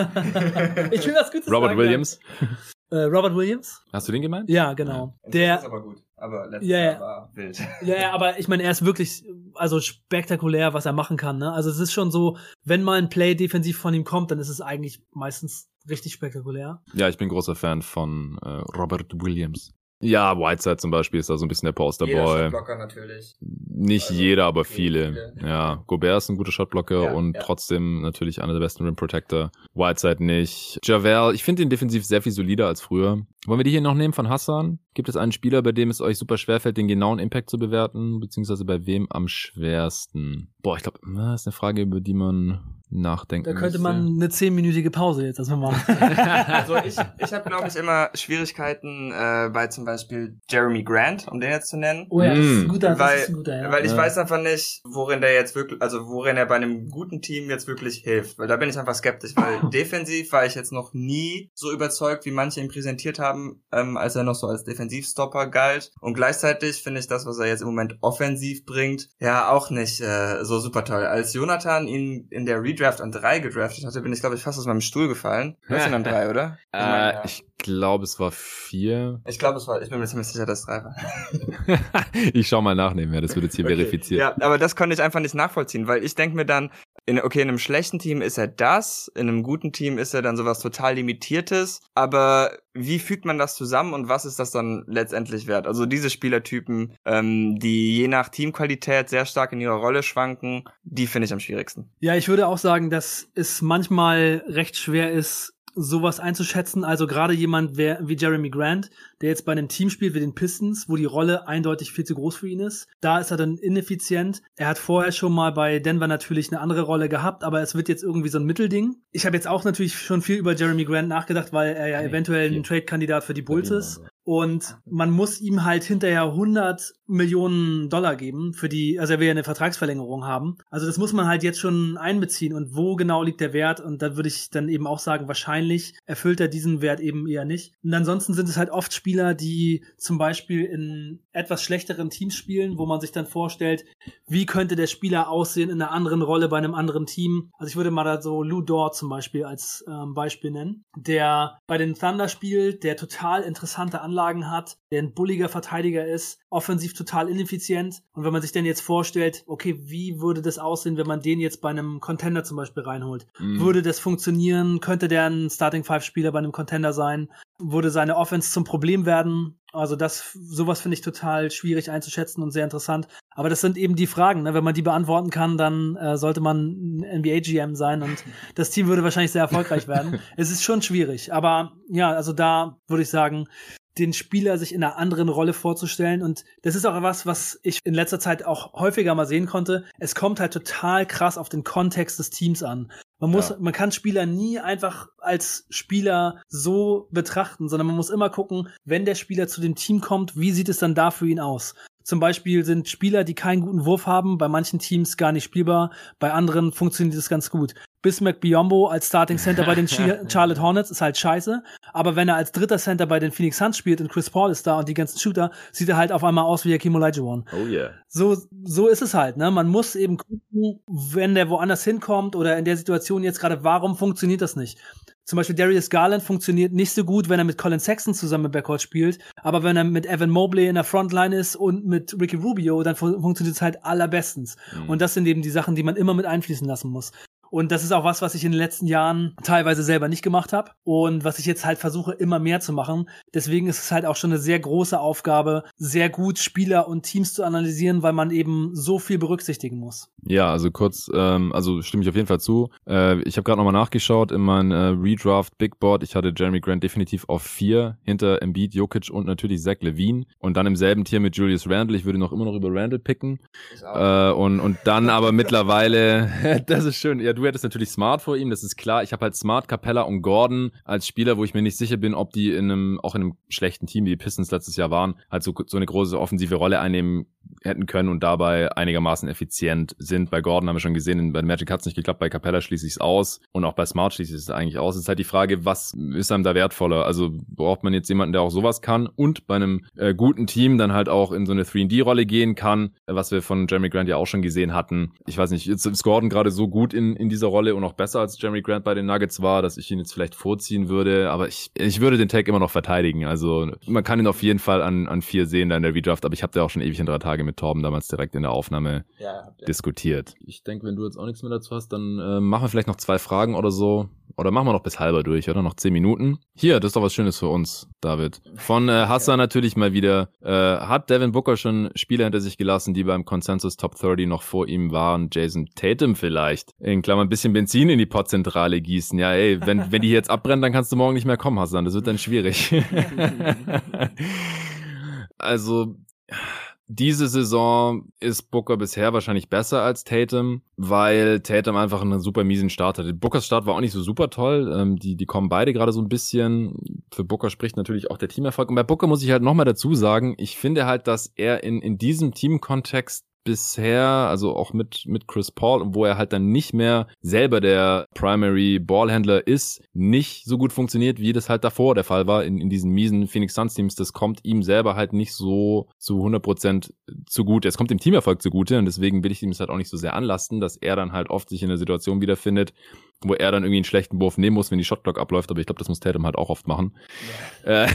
Ich will was Gutes Robert sagen. Williams. Äh, Robert Williams? Hast du den gemeint? Ja, genau. Das Der, ist aber gut. Aber letztes Ja, ja. Jahr war wild. ja, ja, aber ich meine, er ist wirklich, also spektakulär, was er machen kann, ne? Also es ist schon so, wenn mal ein Play defensiv von ihm kommt, dann ist es eigentlich meistens richtig spektakulär. Ja, ich bin großer Fan von äh, Robert Williams. Ja, Whiteside zum Beispiel ist da so ein bisschen der Jeder Posterboy. Shotblocker natürlich. Nicht Also, jeder, aber okay, viele. viele. Ja, Gobert ist ein guter Shotblocker Ja, und ja. trotzdem natürlich einer der besten Rim Protector. Whiteside nicht. Javel, ich finde ihn defensiv sehr viel solider als früher. Wollen wir die hier noch nehmen von Hassan? Gibt es einen Spieler, bei dem es euch super schwerfällt, den genauen Impact zu bewerten? Beziehungsweise bei wem am schwersten? Boah, ich glaube, das ist eine Frage, über die man nachdenken Da könnte müsste. man eine zehnminütige Pause jetzt erstmal machen. Also ich, ich habe, glaube ich, immer Schwierigkeiten äh, bei zum Beispiel Jeremy Grant, um den jetzt zu nennen. Oh ja, das ist ein Mm. guter, das weil, ist ein guter, ja. weil ich Ja. weiß einfach nicht, worin der jetzt wirklich, also worin er bei einem guten Team jetzt wirklich hilft. Weil da bin ich einfach skeptisch, weil defensiv war ich jetzt noch nie so überzeugt, wie manche ihn präsentiert haben, ähm, als er noch so als Defensivstopper galt. Und gleichzeitig finde ich das, was er jetzt im Moment offensiv bringt, ja auch nicht äh, so super toll. Als Jonathan ihn in der Redraft an drei gedraftet hatte, bin ich, glaube ich, fast aus meinem Stuhl gefallen. Du hast ihn an drei, oder? Ich meine, Äh, ja. ich glaube, es war vier. Ich glaube, es war, ich bin mir ziemlich sicher, dass es drei war. Ich schau mal nachnehmen, ja, das wird jetzt hier Okay. verifiziert. Ja, aber das konnte ich einfach nicht nachvollziehen, weil ich denke mir dann, in, okay, in einem schlechten Team ist er das, in einem guten Team ist er dann sowas total Limitiertes, aber wie fügt man das zusammen und was ist das dann letztendlich wert? Also diese Spielertypen, ähm, die je nach Teamqualität sehr stark in ihrer Rolle schwanken, die finde ich am schwierigsten. Ja, ich würde auch sagen, dass es manchmal recht schwer ist, sowas einzuschätzen. Also gerade jemand wer, wie Jeremy Grant, der jetzt bei einem Team spielt wie den Pistons, wo die Rolle eindeutig viel zu groß für ihn ist. Da ist er dann ineffizient. Er hat vorher schon mal bei Denver natürlich eine andere Rolle gehabt, aber es wird jetzt irgendwie so ein Mittelding. Ich habe jetzt auch natürlich schon viel über Jeremy Grant nachgedacht, weil er ja Nee, eventuell ein viel. Trade-Kandidat für die Bulls Berlin ist. also. Und man muss ihm halt hinterher hundert Millionen Dollar geben für die, also er will ja eine Vertragsverlängerung haben. Also das muss man halt jetzt schon einbeziehen. Und wo genau liegt der Wert? Und da würde ich dann eben auch sagen, wahrscheinlich erfüllt er diesen Wert eben eher nicht. Und ansonsten sind es halt oft Spieler, die zum Beispiel in etwas schlechteren Teams spielen, wo man sich dann vorstellt, wie könnte der Spieler aussehen in einer anderen Rolle bei einem anderen Team. Also ich würde mal da so Lou Dort zum Beispiel als ähm, Beispiel nennen, der bei den Thunder spielt, der total interessante Anlagen hat, der ein bulliger Verteidiger ist, offensiv total ineffizient. Und wenn man sich dann jetzt vorstellt, okay, wie würde das aussehen, wenn man den jetzt bei einem Contender zum Beispiel reinholt? Mhm. Würde das funktionieren? Könnte der ein Starting-Five-Spieler bei einem Contender sein? Würde seine Offense zum Problem werden? Also das, sowas finde ich total schwierig einzuschätzen und sehr interessant. Aber das sind eben die Fragen, ne? Wenn man die beantworten kann, dann äh, sollte man ein N B A-G M sein und das Team würde wahrscheinlich sehr erfolgreich werden. Es ist schon schwierig, aber ja, also da würde ich sagen, den Spieler sich in einer anderen Rolle vorzustellen. Und das ist auch was, was ich in letzter Zeit auch häufiger mal sehen konnte. Es kommt halt total krass auf den Kontext des Teams an. Man muss, ja. man kann Spieler nie einfach als Spieler so betrachten, sondern man muss immer gucken, wenn der Spieler zu dem Team kommt, wie sieht es dann da für ihn aus? Zum Beispiel sind Spieler, die keinen guten Wurf haben, bei manchen Teams gar nicht spielbar, bei anderen funktioniert es ganz gut. Bismack Biyombo als Starting Center bei den Charlotte Hornets ist halt scheiße, aber wenn er als dritter Center bei den Phoenix Suns spielt und Chris Paul ist da und die ganzen Shooter, sieht er halt auf einmal aus wie Hakeem Olajuwon. Oh yeah. So, so ist es halt, ne? Man muss eben gucken, wenn der woanders hinkommt oder in der Situation jetzt gerade, warum funktioniert das nicht? Zum Beispiel Darius Garland funktioniert nicht so gut, wenn er mit Colin Sexton zusammen im Backcourt spielt, aber wenn er mit Evan Mobley in der Frontline ist und mit Ricky Rubio, dann fu- funktioniert es halt allerbestens. Mhm. Und das sind eben die Sachen, die man immer mit einfließen lassen muss. Und das ist auch was, was ich in den letzten Jahren teilweise selber nicht gemacht habe und was ich jetzt halt versuche, immer mehr zu machen. Deswegen ist es halt auch schon eine sehr große Aufgabe, sehr gut Spieler und Teams zu analysieren, weil man eben so viel berücksichtigen muss. Ja, also kurz, ähm, also stimme ich auf jeden Fall zu. Äh, ich habe gerade nochmal nachgeschaut in mein äh, Redraft Big Board. Ich hatte Jeremy Grant definitiv auf vier, hinter Embiid, Jokic und natürlich Zach LaVine. Und dann im selben Tier mit Julius Randle. Ich würde noch immer noch über Randle picken. Äh, und, und dann aber mittlerweile, das ist schön, ja, du hättest natürlich Smart vor ihm, das ist klar. Ich habe halt Smart, Capella und Gordon als Spieler, wo ich mir nicht sicher bin, ob die in einem, auch in einem schlechten Team, wie die Pistons letztes Jahr waren, halt so, so eine große offensive Rolle einnehmen hätten können und dabei einigermaßen effizient sind. Bei Gordon haben wir schon gesehen, bei Magic hat es nicht geklappt, bei Capella schließe ich es aus und auch bei Smart schließe ich es eigentlich aus. Es ist halt die Frage, was ist einem da wertvoller? Also braucht man jetzt jemanden, der auch sowas kann und bei einem äh, guten Team dann halt auch in so eine drei und D-Rolle gehen kann, was wir von Jeremy Grant ja auch schon gesehen hatten. Ich weiß nicht, jetzt ist Gordon gerade so gut in, in dieser Rolle und auch besser als Jeremy Grant bei den Nuggets war, dass ich ihn jetzt vielleicht vorziehen würde, aber ich, ich würde den Tag immer noch verteidigen. Also man kann ihn auf jeden Fall an, an vier sehen da in der Redraft, aber ich habe da auch schon ewig in drei Tage mit Torben damals direkt in der Aufnahme ja, diskutiert. Ich denke, wenn du jetzt auch nichts mehr dazu hast, dann äh, machen wir vielleicht noch zwei Fragen oder so. Oder machen wir noch bis halber durch, oder? Noch zehn Minuten. Hier, das ist doch was Schönes für uns, David. Von äh, Hassan natürlich mal wieder. Äh, hat Devin Booker schon Spieler hinter sich gelassen, die beim Consensus Top dreißig noch vor ihm waren? Jason Tatum vielleicht. In Klammern ein bisschen Benzin in die Pottzentrale gießen. Ja, ey, wenn, wenn die hier jetzt abbrennen, dann kannst du morgen nicht mehr kommen, Hassan. Das wird dann schwierig. Also diese Saison ist Booker bisher wahrscheinlich besser als Tatum, weil Tatum einfach einen super miesen Start hatte. Bookers Start war auch nicht so super toll. Ähm, die, die kommen beide gerade so ein bisschen. Für Booker spricht natürlich auch der Teamerfolg. Und bei Booker muss ich halt nochmal dazu sagen, ich finde halt, dass er in, in diesem Teamkontext bisher, also auch mit mit Chris Paul, wo er halt dann nicht mehr selber der Primary Ballhändler ist, nicht so gut funktioniert, wie das halt davor der Fall war in, in diesen miesen Phoenix Suns Teams. Das kommt ihm selber halt nicht so zu hundert Prozent zugute. Es kommt dem Teamerfolg zugute und deswegen will ich ihm das halt auch nicht so sehr anlasten, dass er dann halt oft sich in einer Situation wiederfindet, wo er dann irgendwie einen schlechten Wurf nehmen muss, wenn die Shotclock abläuft, aber ich glaube, das muss Tatum halt auch oft machen. Ja. Äh,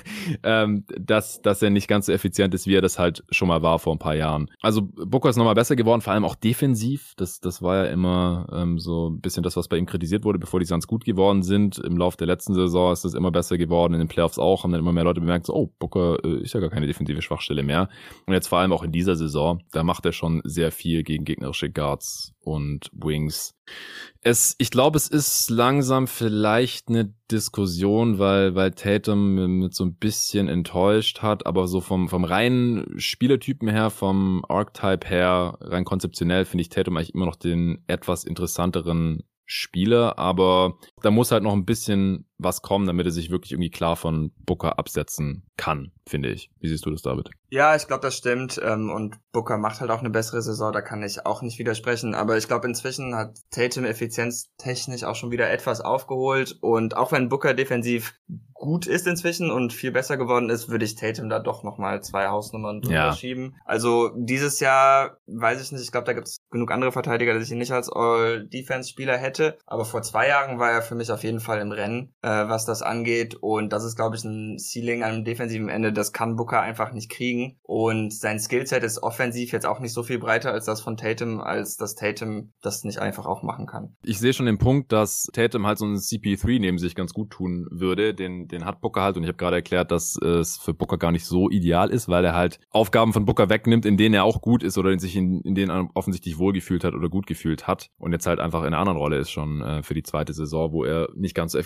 ähm, dass, dass er nicht ganz so effizient ist, wie er das halt schon mal war vor ein paar Jahren. Also Booker ist nochmal besser geworden, vor allem auch defensiv. Das, das war ja immer ähm, so ein bisschen das, was bei ihm kritisiert wurde, bevor die Suns gut geworden sind. Im Laufe der letzten Saison ist das immer besser geworden, in den Playoffs auch, haben dann immer mehr Leute bemerkt, so, oh, Booker äh, ist ja gar keine defensive Schwachstelle mehr. Und jetzt vor allem auch in dieser Saison, da macht er schon sehr viel gegen gegnerische Guards und Wings. Es, ich glaube, es ist langsam vielleicht eine Diskussion, weil, weil Tatum mit so ein bisschen enttäuscht hat, aber so vom, vom reinen Spielertypen her, vom Archetype her, rein konzeptionell finde ich Tatum eigentlich immer noch den etwas interessanteren Spieler, aber da muss halt noch ein bisschen was kommen, damit er sich wirklich irgendwie klar von Booker absetzen kann, finde ich. Wie siehst du das, David? Ja, ich glaube, das stimmt. Und Booker macht halt auch eine bessere Saison, da kann ich auch nicht widersprechen. Aber ich glaube, inzwischen hat Tatum effizienztechnisch auch schon wieder etwas aufgeholt. Und auch wenn Booker defensiv gut ist inzwischen und viel besser geworden ist, würde ich Tatum da doch nochmal zwei Hausnummern drüber ja. schieben. Also dieses Jahr, weiß ich nicht, ich glaube, da gibt es genug andere Verteidiger, dass ich ihn nicht als All-Defense-Spieler hätte. Aber vor zwei Jahren war er für mich auf jeden Fall im Rennen, äh, was das angeht. Und das ist, glaube ich, ein Ceiling an einem defensiven Ende. Das kann Booker einfach nicht kriegen. Und sein Skillset ist offensiv jetzt auch nicht so viel breiter als das von Tatum, als dass Tatum das nicht einfach auch machen kann. Ich sehe schon den Punkt, dass Tatum halt so einen C P drei neben sich ganz gut tun würde. Den, den hat Booker halt. Und ich habe gerade erklärt, dass es für Booker gar nicht so ideal ist, weil er halt Aufgaben von Booker wegnimmt, in denen er auch gut ist oder in sich in, in denen er offensichtlich wohlgefühlt hat oder gut gefühlt hat. Und jetzt halt einfach in einer anderen Rolle ist schon äh, für die zweite Saison, wo er nicht ganz so effizient ist einfach.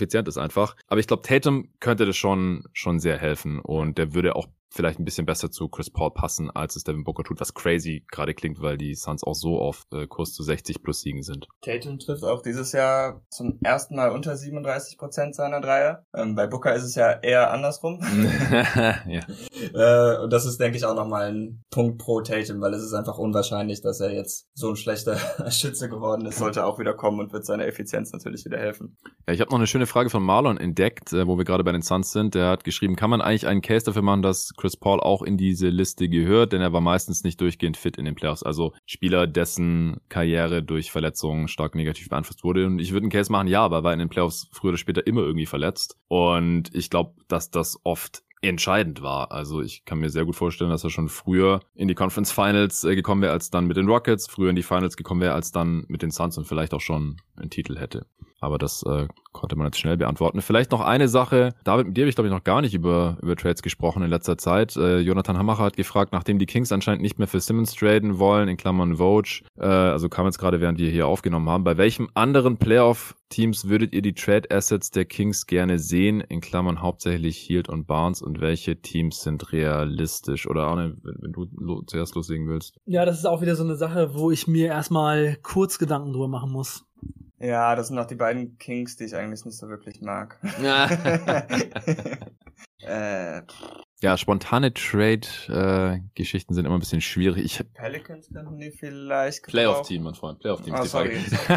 einfach. Aber ich glaube, Tatum könnte das schon, schon sehr helfen und der würde auch vielleicht ein bisschen besser zu Chris Paul passen, als es Devin Booker tut, was crazy gerade klingt, weil die Suns auch so auf äh, Kurs zu sechzig plus Siegen sind. Tatum trifft auch dieses Jahr zum ersten Mal unter siebenunddreißig Prozent seiner Dreier. Ähm, bei Booker ist es ja eher andersrum. Ja. Äh, und das ist, denke ich, auch nochmal ein Punkt pro Tatum, weil es ist einfach unwahrscheinlich, dass er jetzt so ein schlechter Schütze geworden ist. Sollte auch wieder kommen und wird seiner Effizienz natürlich wieder helfen. Ja, ich habe noch eine schöne Frage von Marlon entdeckt, äh, wo wir gerade bei den Suns sind. Der hat geschrieben, kann man eigentlich einen Case dafür machen, dass Chris Paul auch in diese Liste gehört, denn er war meistens nicht durchgehend fit in den Playoffs. Also Spieler, dessen Karriere durch Verletzungen stark negativ beeinflusst wurde. Und ich würde einen Case machen, ja, aber er war in den Playoffs früher oder später immer irgendwie verletzt. Und ich glaube, dass das oft entscheidend war. Also ich kann mir sehr gut vorstellen, dass er schon früher in die Conference Finals äh, gekommen wäre als dann mit den Rockets, früher in die Finals gekommen wäre als dann mit den Suns und vielleicht auch schon einen Titel hätte. Aber das äh, konnte man jetzt schnell beantworten. Vielleicht noch eine Sache. David, mit dir habe ich, glaube ich, noch gar nicht über über Trades gesprochen in letzter Zeit. Äh, Jonathan Hammacher hat gefragt, nachdem die Kings anscheinend nicht mehr für Simmons traden wollen, in Klammern Woj, äh, also kam jetzt gerade, während wir hier aufgenommen haben, bei welchem anderen Playoff-Teams würdet ihr die Trade-Assets der Kings gerne sehen, in Klammern hauptsächlich Hield und Barnes, und welche Teams sind realistisch? Oder Arne, wenn, wenn du lo- zuerst loslegen willst. Ja, das ist auch wieder so eine Sache, wo ich mir erstmal kurz Gedanken drüber machen muss. Ja, das sind auch die beiden Kings, die ich eigentlich nicht so wirklich mag. äh, Ja, spontane Trade-Geschichten äh, sind immer ein bisschen schwierig. Ich Pelicans könnten die vielleicht gebrauchen. Playoff-Team, mein Freund. Playoff-Team Oh, ist die Frage.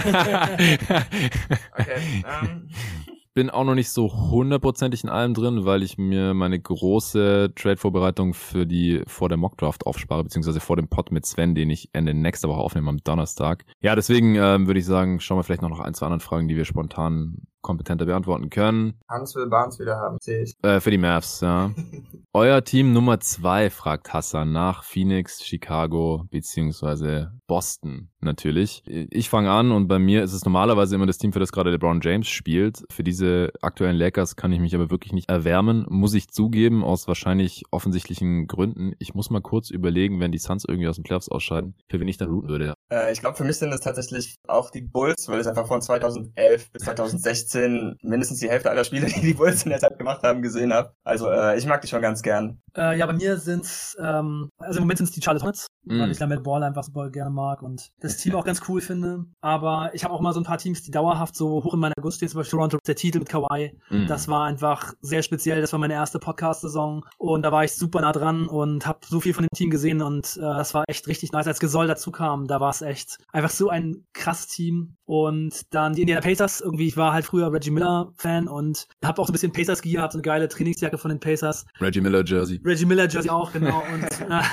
sorry. Okay, ähm... bin auch noch nicht so hundertprozentig in allem drin, weil ich mir meine große Trade-Vorbereitung für die vor der Mockdraft aufspare, beziehungsweise vor dem Pod mit Sven, den ich Ende nächster Woche aufnehme am Donnerstag. Ja, deswegen ähm, würde ich sagen, schauen wir vielleicht noch nach ein, zwei anderen Fragen, die wir spontan kompetenter beantworten können. Hans will Barnes wieder haben, sehe ich. Äh, für die Mavs, ja. Euer Team Nummer zwei, fragt Hassan, nach Phoenix, Chicago beziehungsweise Boston natürlich. Ich fange an und bei mir ist es normalerweise immer das Team, für das gerade LeBron James spielt. Für diese aktuellen Lakers kann ich mich aber wirklich nicht erwärmen, muss ich zugeben, aus wahrscheinlich offensichtlichen Gründen. Ich muss mal kurz überlegen, wenn die Suns irgendwie aus den Playoffs ausscheiden, für wen ich dann routen würde. Äh, ich glaube, für mich sind es tatsächlich auch die Bulls, weil es einfach von zweitausendelf bis zweitausendsechzehn mindestens die Hälfte aller Spiele, die die Bulls in der Zeit gemacht haben, gesehen habe. Also äh, ich mag die schon ganz gern. Äh, ja, bei mir sind's, ähm, also im Moment sind's die Charlotte Hornets, mm. weil ich Lamelo Ball einfach super gerne mag und das Team auch ganz cool finde. Aber ich habe auch mal so ein paar Teams, die dauerhaft so hoch in meiner Guss stehen, zum Beispiel Toronto, der Titel mit Kawhi. Mm. Das war einfach sehr speziell. Das war meine erste Podcast-Saison und da war ich super nah dran und habe so viel von dem Team gesehen und äh, das war echt richtig nice. Als Gasol dazu kam, da war es echt einfach so ein krasses Team. Und dann die Indiana Pacers, irgendwie, ich war halt früher Reggie Miller-Fan und habe auch so ein bisschen Pacers-Gear, hab so eine geile Trainingsjacke von den Pacers. Reggie Miller-Jersey. Reggie Miller-Jersey auch, genau. Und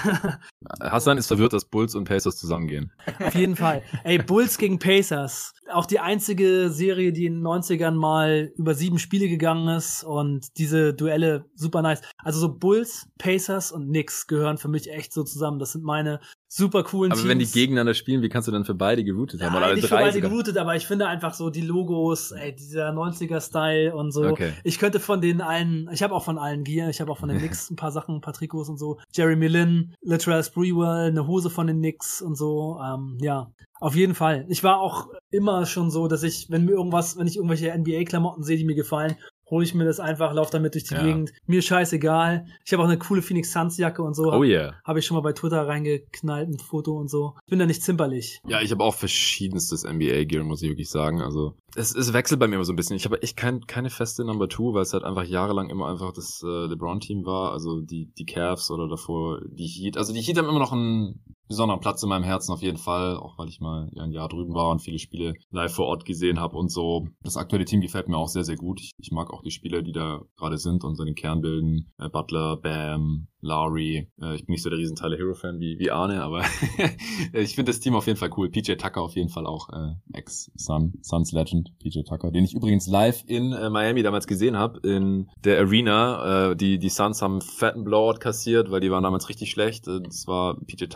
Hassan ist verwirrt, dass Bulls und Pacers zusammengehen. Auf jeden Fall. Ey, Bulls gegen Pacers. Auch die einzige Serie, die in den neunzigern mal über sieben Spiele gegangen ist und diese Duelle super nice. Also so Bulls, Pacers und Knicks gehören für mich echt so zusammen. Das sind meine super coolen aber Teams. wenn die gegeneinander spielen, wie kannst du dann für beide geroutet haben? Ja, Oder alle nicht drei für beide sogar? geroutet, aber ich finde einfach so die Logos, ey, dieser neunziger-Style und so. Okay. Ich könnte von den allen, ich habe auch von allen Gear, ich habe auch von den Knicks ein paar Sachen, ein paar Trikots und so. Jeremy Lin, Latrell Sprewell, eine Hose von den Knicks und so. Ähm, ja, auf jeden Fall. Ich war auch immer schon so, dass ich, wenn mir irgendwas, wenn ich irgendwelche N B A-Klamotten sehe, die mir gefallen, hole ich mir das einfach, laufe damit durch die Ja. Gegend. Mir scheißegal. Ich habe auch eine coole Phoenix Suns Jacke und so. Oh yeah. Habe ich schon mal bei Twitter reingeknallt, ein Foto und so. Ich bin da nicht zimperlich. Ja, ich habe auch verschiedenstes N B A-Gear, muss ich wirklich sagen. Also es, es wechselt bei mir immer so ein bisschen. Ich habe echt kein, keine feste Number Two, weil es halt einfach jahrelang immer einfach das äh, LeBron-Team war. Also die die Cavs oder davor die Heat. Also die Heat haben immer noch einen besonderen Platz in meinem Herzen auf jeden Fall, auch weil ich mal ja, ein Jahr drüben war und viele Spiele live vor Ort gesehen habe und so. Das aktuelle Team gefällt mir auch sehr, sehr gut. Ich, ich mag auch die Spieler, die da gerade sind und so den Kern bilden. Äh, Butler, Bam, Lowry. Äh, ich bin nicht so der riesen Tyler Hero-Fan wie, wie Arne, aber ich finde das Team auf jeden Fall cool. P J Tucker auf jeden Fall auch, äh, Ex-Sun, Suns Legend, P J Tucker, den ich übrigens live in äh, Miami damals gesehen habe, in der Arena. Äh, die, die Suns haben einen fetten Blowout kassiert, weil die waren damals richtig schlecht. Äh, das war P J Tucker, das war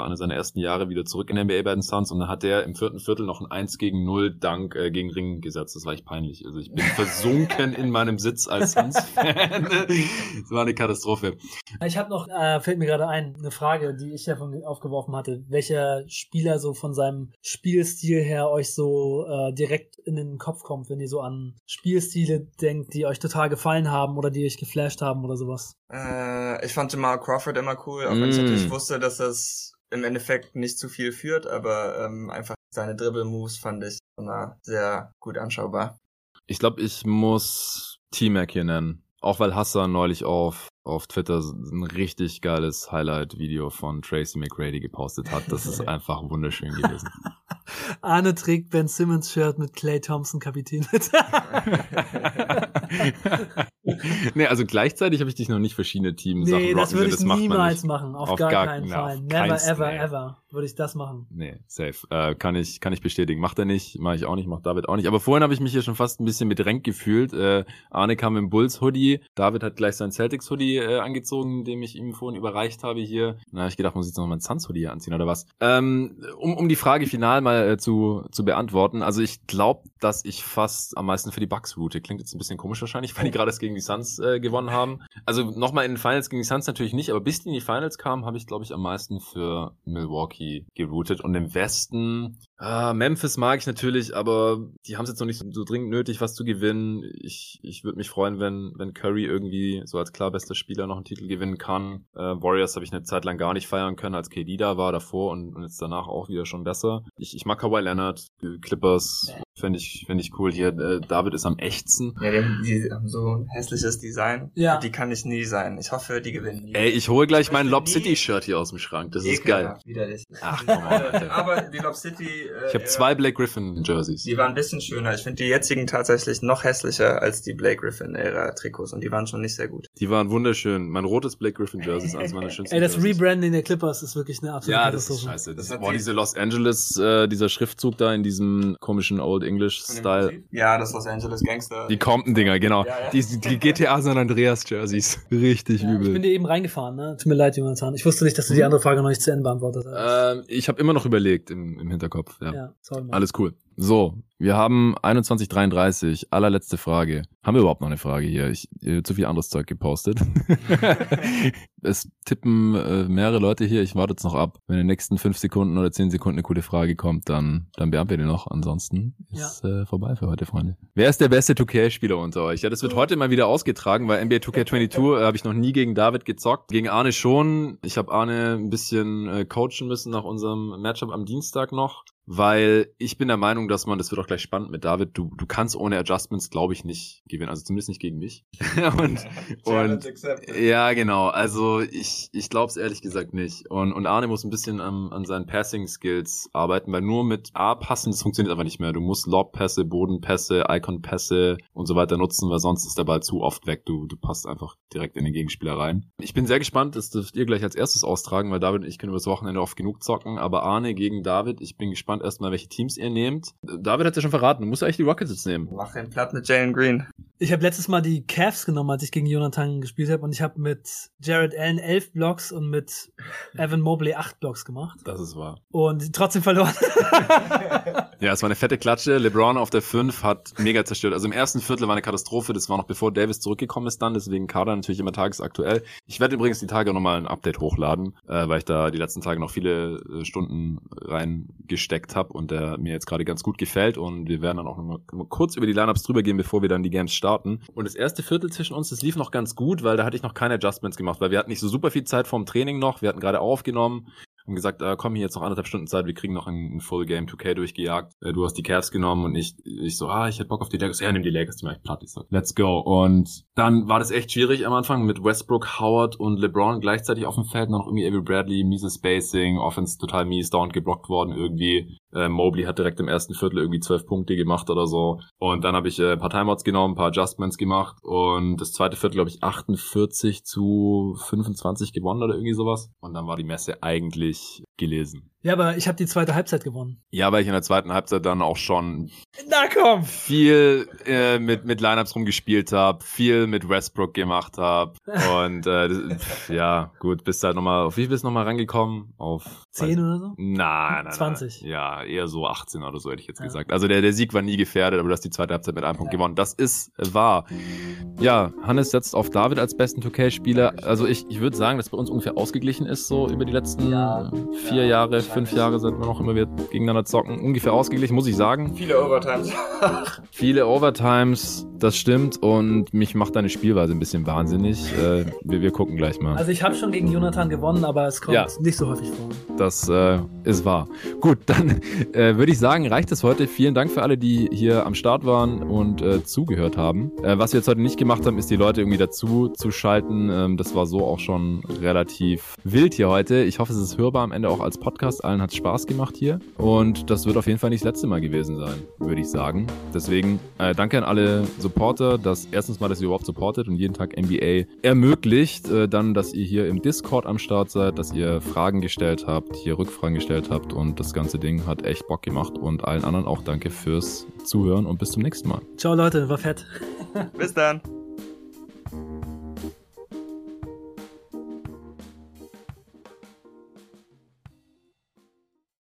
eine seiner ersten Jahre wieder zurück in der N B A bei den Suns und dann hat der im vierten Viertel noch ein eins gegen null Dunk äh, gegen Ring gesetzt. Das war echt peinlich. Also ich bin versunken in meinem Sitz als Suns-Fan. Das war eine Katastrophe. Ich habe noch, äh, fällt mir gerade ein, eine Frage, die ich ja von aufgeworfen hatte. Welcher Spieler so von seinem Spielstil her euch so äh, direkt in den Kopf kommt, wenn ihr so an Spielstile denkt, die euch total gefallen haben oder die euch geflasht haben oder sowas? Äh, ich fand Jamal Crawford immer cool, auch Mm. wenn ich natürlich wusste, dass das im Endeffekt nicht zu viel führt, aber ähm, einfach seine Dribble-Moves fand ich immer sehr gut anschaubar. Ich glaube, ich muss T-Mac hier nennen. Auch weil Hassan neulich auf auf Twitter ein richtig geiles Highlight-Video von Tracy McGrady gepostet hat. Das ist einfach wunderschön gewesen. Arne trägt Ben Simmons Shirt mit Klay Thompson Kapitän mit. Nee, also gleichzeitig habe ich dich noch nicht verschiedene Teams Nee, das würde ich das niemals machen. Auf, Auf gar, gar- keinen na, Fall. auf Never, keins, ever, nee. ever würde ich das machen. Nee, safe. Äh, kann ich kann ich bestätigen. Macht er nicht, mache ich auch nicht, macht David auch nicht. Aber vorhin habe ich mich hier schon fast ein bisschen bedrängt gefühlt. Äh, Arne kam im Bulls-Hoodie. David hat gleich sein Celtics-Hoodie äh, angezogen, dem ich ihm vorhin überreicht habe hier. Na, hab ich gedacht, muss ich jetzt noch mal ein Suns-Hoodie anziehen oder was? Ähm, um um die Frage final mal äh, zu zu beantworten. Also ich glaube, dass ich fast am meisten für die Bucks route. Klingt jetzt ein bisschen komisch wahrscheinlich, weil die gerade erst gegen die Suns äh, gewonnen haben. Also nochmal in den Finals gegen die Suns natürlich nicht, aber bis die in die Finals kamen, habe ich, glaube ich, am meisten für Milwaukee geroutet. Und im Westen, ah, Memphis mag ich natürlich, aber die haben es jetzt noch nicht so, so dringend nötig, was zu gewinnen. Ich ich würde mich freuen, wenn wenn Curry irgendwie so als klar bester Spieler noch einen Titel gewinnen kann. Äh, Warriors habe ich eine Zeit lang gar nicht feiern können, als K D da war davor und, und jetzt danach auch wieder schon besser. Ich, ich mag Kawhi Leonard, Clippers, fände ich, fänd ich cool hier. Äh, David ist am echtsten. Ja, die, haben- die haben so ein hässliches Design. Ja. Die kann ich nie sein. Ich hoffe, die gewinnen nie. Ey, ich hole gleich Ich mein möchte Lob nie- City Shirt hier aus dem Schrank. Das ist geil. Ekelhaft, widerlich. Ach, komm on, Alter. Aber die Lob City, äh, Ich habe zwei Blake Griffin Jerseys. die waren ein bisschen schöner. Ich finde die jetzigen tatsächlich noch hässlicher als die Blake Griffin-Ära Trikots und die waren schon nicht sehr gut. Die waren wunderschön. Mein rotes Blake Griffin Jersey ist eines meiner schönsten Ey, das Jerseys. Rebranding der Clippers ist wirklich eine absolute Ja, das ist Katastrophe. scheiße. Das Das hat boah, die- diese Los Angeles, äh, dieser Schriftzug da in diesem komischen Old English Style. Ja, das Los Angeles Gangster. Die Compton-Dinger, genau. Ja, ja. Die, die G T A San Andreas Jerseys. Richtig Ja, ich bin übel. dir eben reingefahren, ne? Tut mir leid, Jonathan. Ich wusste nicht, dass du die andere Frage noch nicht zu Ende beantwortet hast. Ähm, ich habe immer noch überlegt im, im Hinterkopf. Ja. ja, sorry, Mann. Alles cool. So, wir haben einundzwanzig dreiunddreißig. Allerletzte Frage. Haben wir überhaupt noch eine Frage hier? Ich äh, zu viel anderes Zeug gepostet. Es tippen äh, mehrere Leute hier. Ich warte jetzt noch ab. Wenn in den nächsten fünf Sekunden oder zehn Sekunden eine coole Frage kommt, dann dann beantworten wir die noch. Ansonsten ist äh, vorbei für heute, Freunde. Wer ist der beste zwei K-Spieler unter euch? Ja, das wird heute mal wieder ausgetragen, weil N B A zwei K zweiundzwanzig äh, habe ich noch nie gegen David gezockt. Gegen Arne schon. Ich habe Arne ein bisschen äh, coachen müssen nach unserem Matchup am Dienstag noch. Weil ich bin der Meinung, dass man, das wird auch gleich spannend mit David, du du kannst ohne Adjustments, glaube ich, nicht gewinnen. Also zumindest nicht gegen mich. und und ja, genau. Also ich ich glaube es ehrlich gesagt nicht. Und und Arne muss ein bisschen an, an seinen Passing-Skills arbeiten, weil nur mit A-Passen, das funktioniert einfach nicht mehr. Du musst Lob-Pässe, Bodenpässe, Icon-Pässe und so weiter nutzen, weil sonst ist der Ball zu oft weg. Du du passt einfach direkt in den Gegenspieler rein. Ich bin sehr gespannt, das dürft ihr gleich als erstes austragen, weil David und ich können übers Wochenende oft genug zocken. Aber Arne gegen David, ich bin gespannt erstmal, welche Teams ihr nehmt. David hat ja schon verraten, du musst eigentlich die Rockets jetzt nehmen. Mach ihn platt mit Jalen Green. Ich habe letztes Mal die Cavs genommen, als ich gegen Jonathan gespielt habe und ich habe mit Jared Allen elf Blocks und mit Evan Mobley acht Blocks gemacht Das ist wahr. und trotzdem verloren. Ja, es war eine fette Klatsche. LeBron auf der fünf hat mega zerstört. Also im ersten Viertel war eine Katastrophe. Das war noch bevor Davis zurückgekommen ist dann. Deswegen Kader natürlich immer tagesaktuell. Ich werde übrigens die Tage nochmal ein Update hochladen, äh, weil ich da die letzten Tage noch viele äh, Stunden reingesteckt habe und der mir jetzt gerade ganz gut gefällt. Und wir werden dann auch nochmal kurz über die Lineups drüber gehen, bevor wir dann die Games starten. Und das erste Viertel zwischen uns, das lief noch ganz gut, weil da hatte ich noch keine Adjustments gemacht, weil wir hatten nicht so super viel Zeit vorm Training noch. Wir hatten gerade aufgenommen. Haben gesagt, äh, komm, hier jetzt noch anderthalb Stunden Zeit, wir kriegen noch ein, ein Full Game zwei K durchgejagt. Äh, du hast die Cavs genommen und ich ich so, ah, ich hätte Bock auf die Lakers. Ja, nimm die Lakers, die mach ich platt. Ich so, let's go. Und dann war das echt schwierig am Anfang mit Westbrook, Howard und LeBron gleichzeitig auf dem Feld. Noch irgendwie Avery Bradley, mieses Spacing, Offense total mies, dauernd geblockt worden irgendwie. Äh, Mobley hat direkt im ersten Viertel irgendwie zwölf Punkte gemacht oder so. Und dann habe ich äh, ein paar Timeouts genommen, ein paar Adjustments gemacht und das zweite Viertel, glaube ich, achtundvierzig zu fünfundzwanzig gewonnen oder irgendwie sowas. Und dann war die Messe eigentlich gelesen. Ja, aber ich habe die zweite Halbzeit gewonnen. Ja, weil ich in der zweiten Halbzeit dann auch schon Na komm! viel äh, mit, mit Lineups rumgespielt habe, viel mit Westbrook gemacht habe. Und äh, das, pf, ja, gut, bist halt nochmal, auf wie viel bist du nochmal rangekommen? Auf zehn oder so? Nein, nein, zwanzig. Nein. Ja, eher so achtzehn oder so hätte ich jetzt Ja. gesagt. Also der, der Sieg war nie gefährdet, aber du hast die zweite Halbzeit mit einem Punkt gewonnen. Das ist äh, wahr. Ja, Hannes setzt auf David als besten zwei K-Spieler. Also ich, ich würde sagen, dass bei uns ungefähr ausgeglichen ist, so über die letzten Ja, vier ja, Jahre, fünf Jahre sind wir noch immer wieder gegeneinander zocken. Ungefähr ausgeglichen, muss ich sagen. Viele Overtimes. Viele Overtimes, das stimmt. Und mich macht deine Spielweise ein bisschen wahnsinnig. Äh, wir, wir gucken gleich mal. Also ich habe schon gegen Jonathan gewonnen, aber es kommt Ja. nicht so häufig vor. Das äh, ist wahr. Gut, dann äh, würde ich sagen, reicht es heute. Vielen Dank für alle, die hier am Start waren und äh, zugehört haben. Äh, was wir jetzt heute nicht gemacht haben, ist die Leute irgendwie dazu zu schalten. Ähm, das war so auch schon relativ wild hier heute. Ich hoffe, es ist hörbar am Ende auch als Podcast. Allen hat es Spaß gemacht hier. Und das wird auf jeden Fall nicht das letzte Mal gewesen sein, würde ich sagen. Deswegen äh, danke an alle Supporter, dass erstens mal, dass ihr überhaupt supportet und jeden Tag N B A ermöglicht. Äh, dann, dass ihr hier im Discord am Start seid, dass ihr Fragen gestellt habt, hier Rückfragen gestellt habt und das ganze Ding hat echt Bock gemacht. Und allen anderen auch danke fürs Zuhören und bis zum nächsten Mal. Ciao Leute, war fett. Bis dann.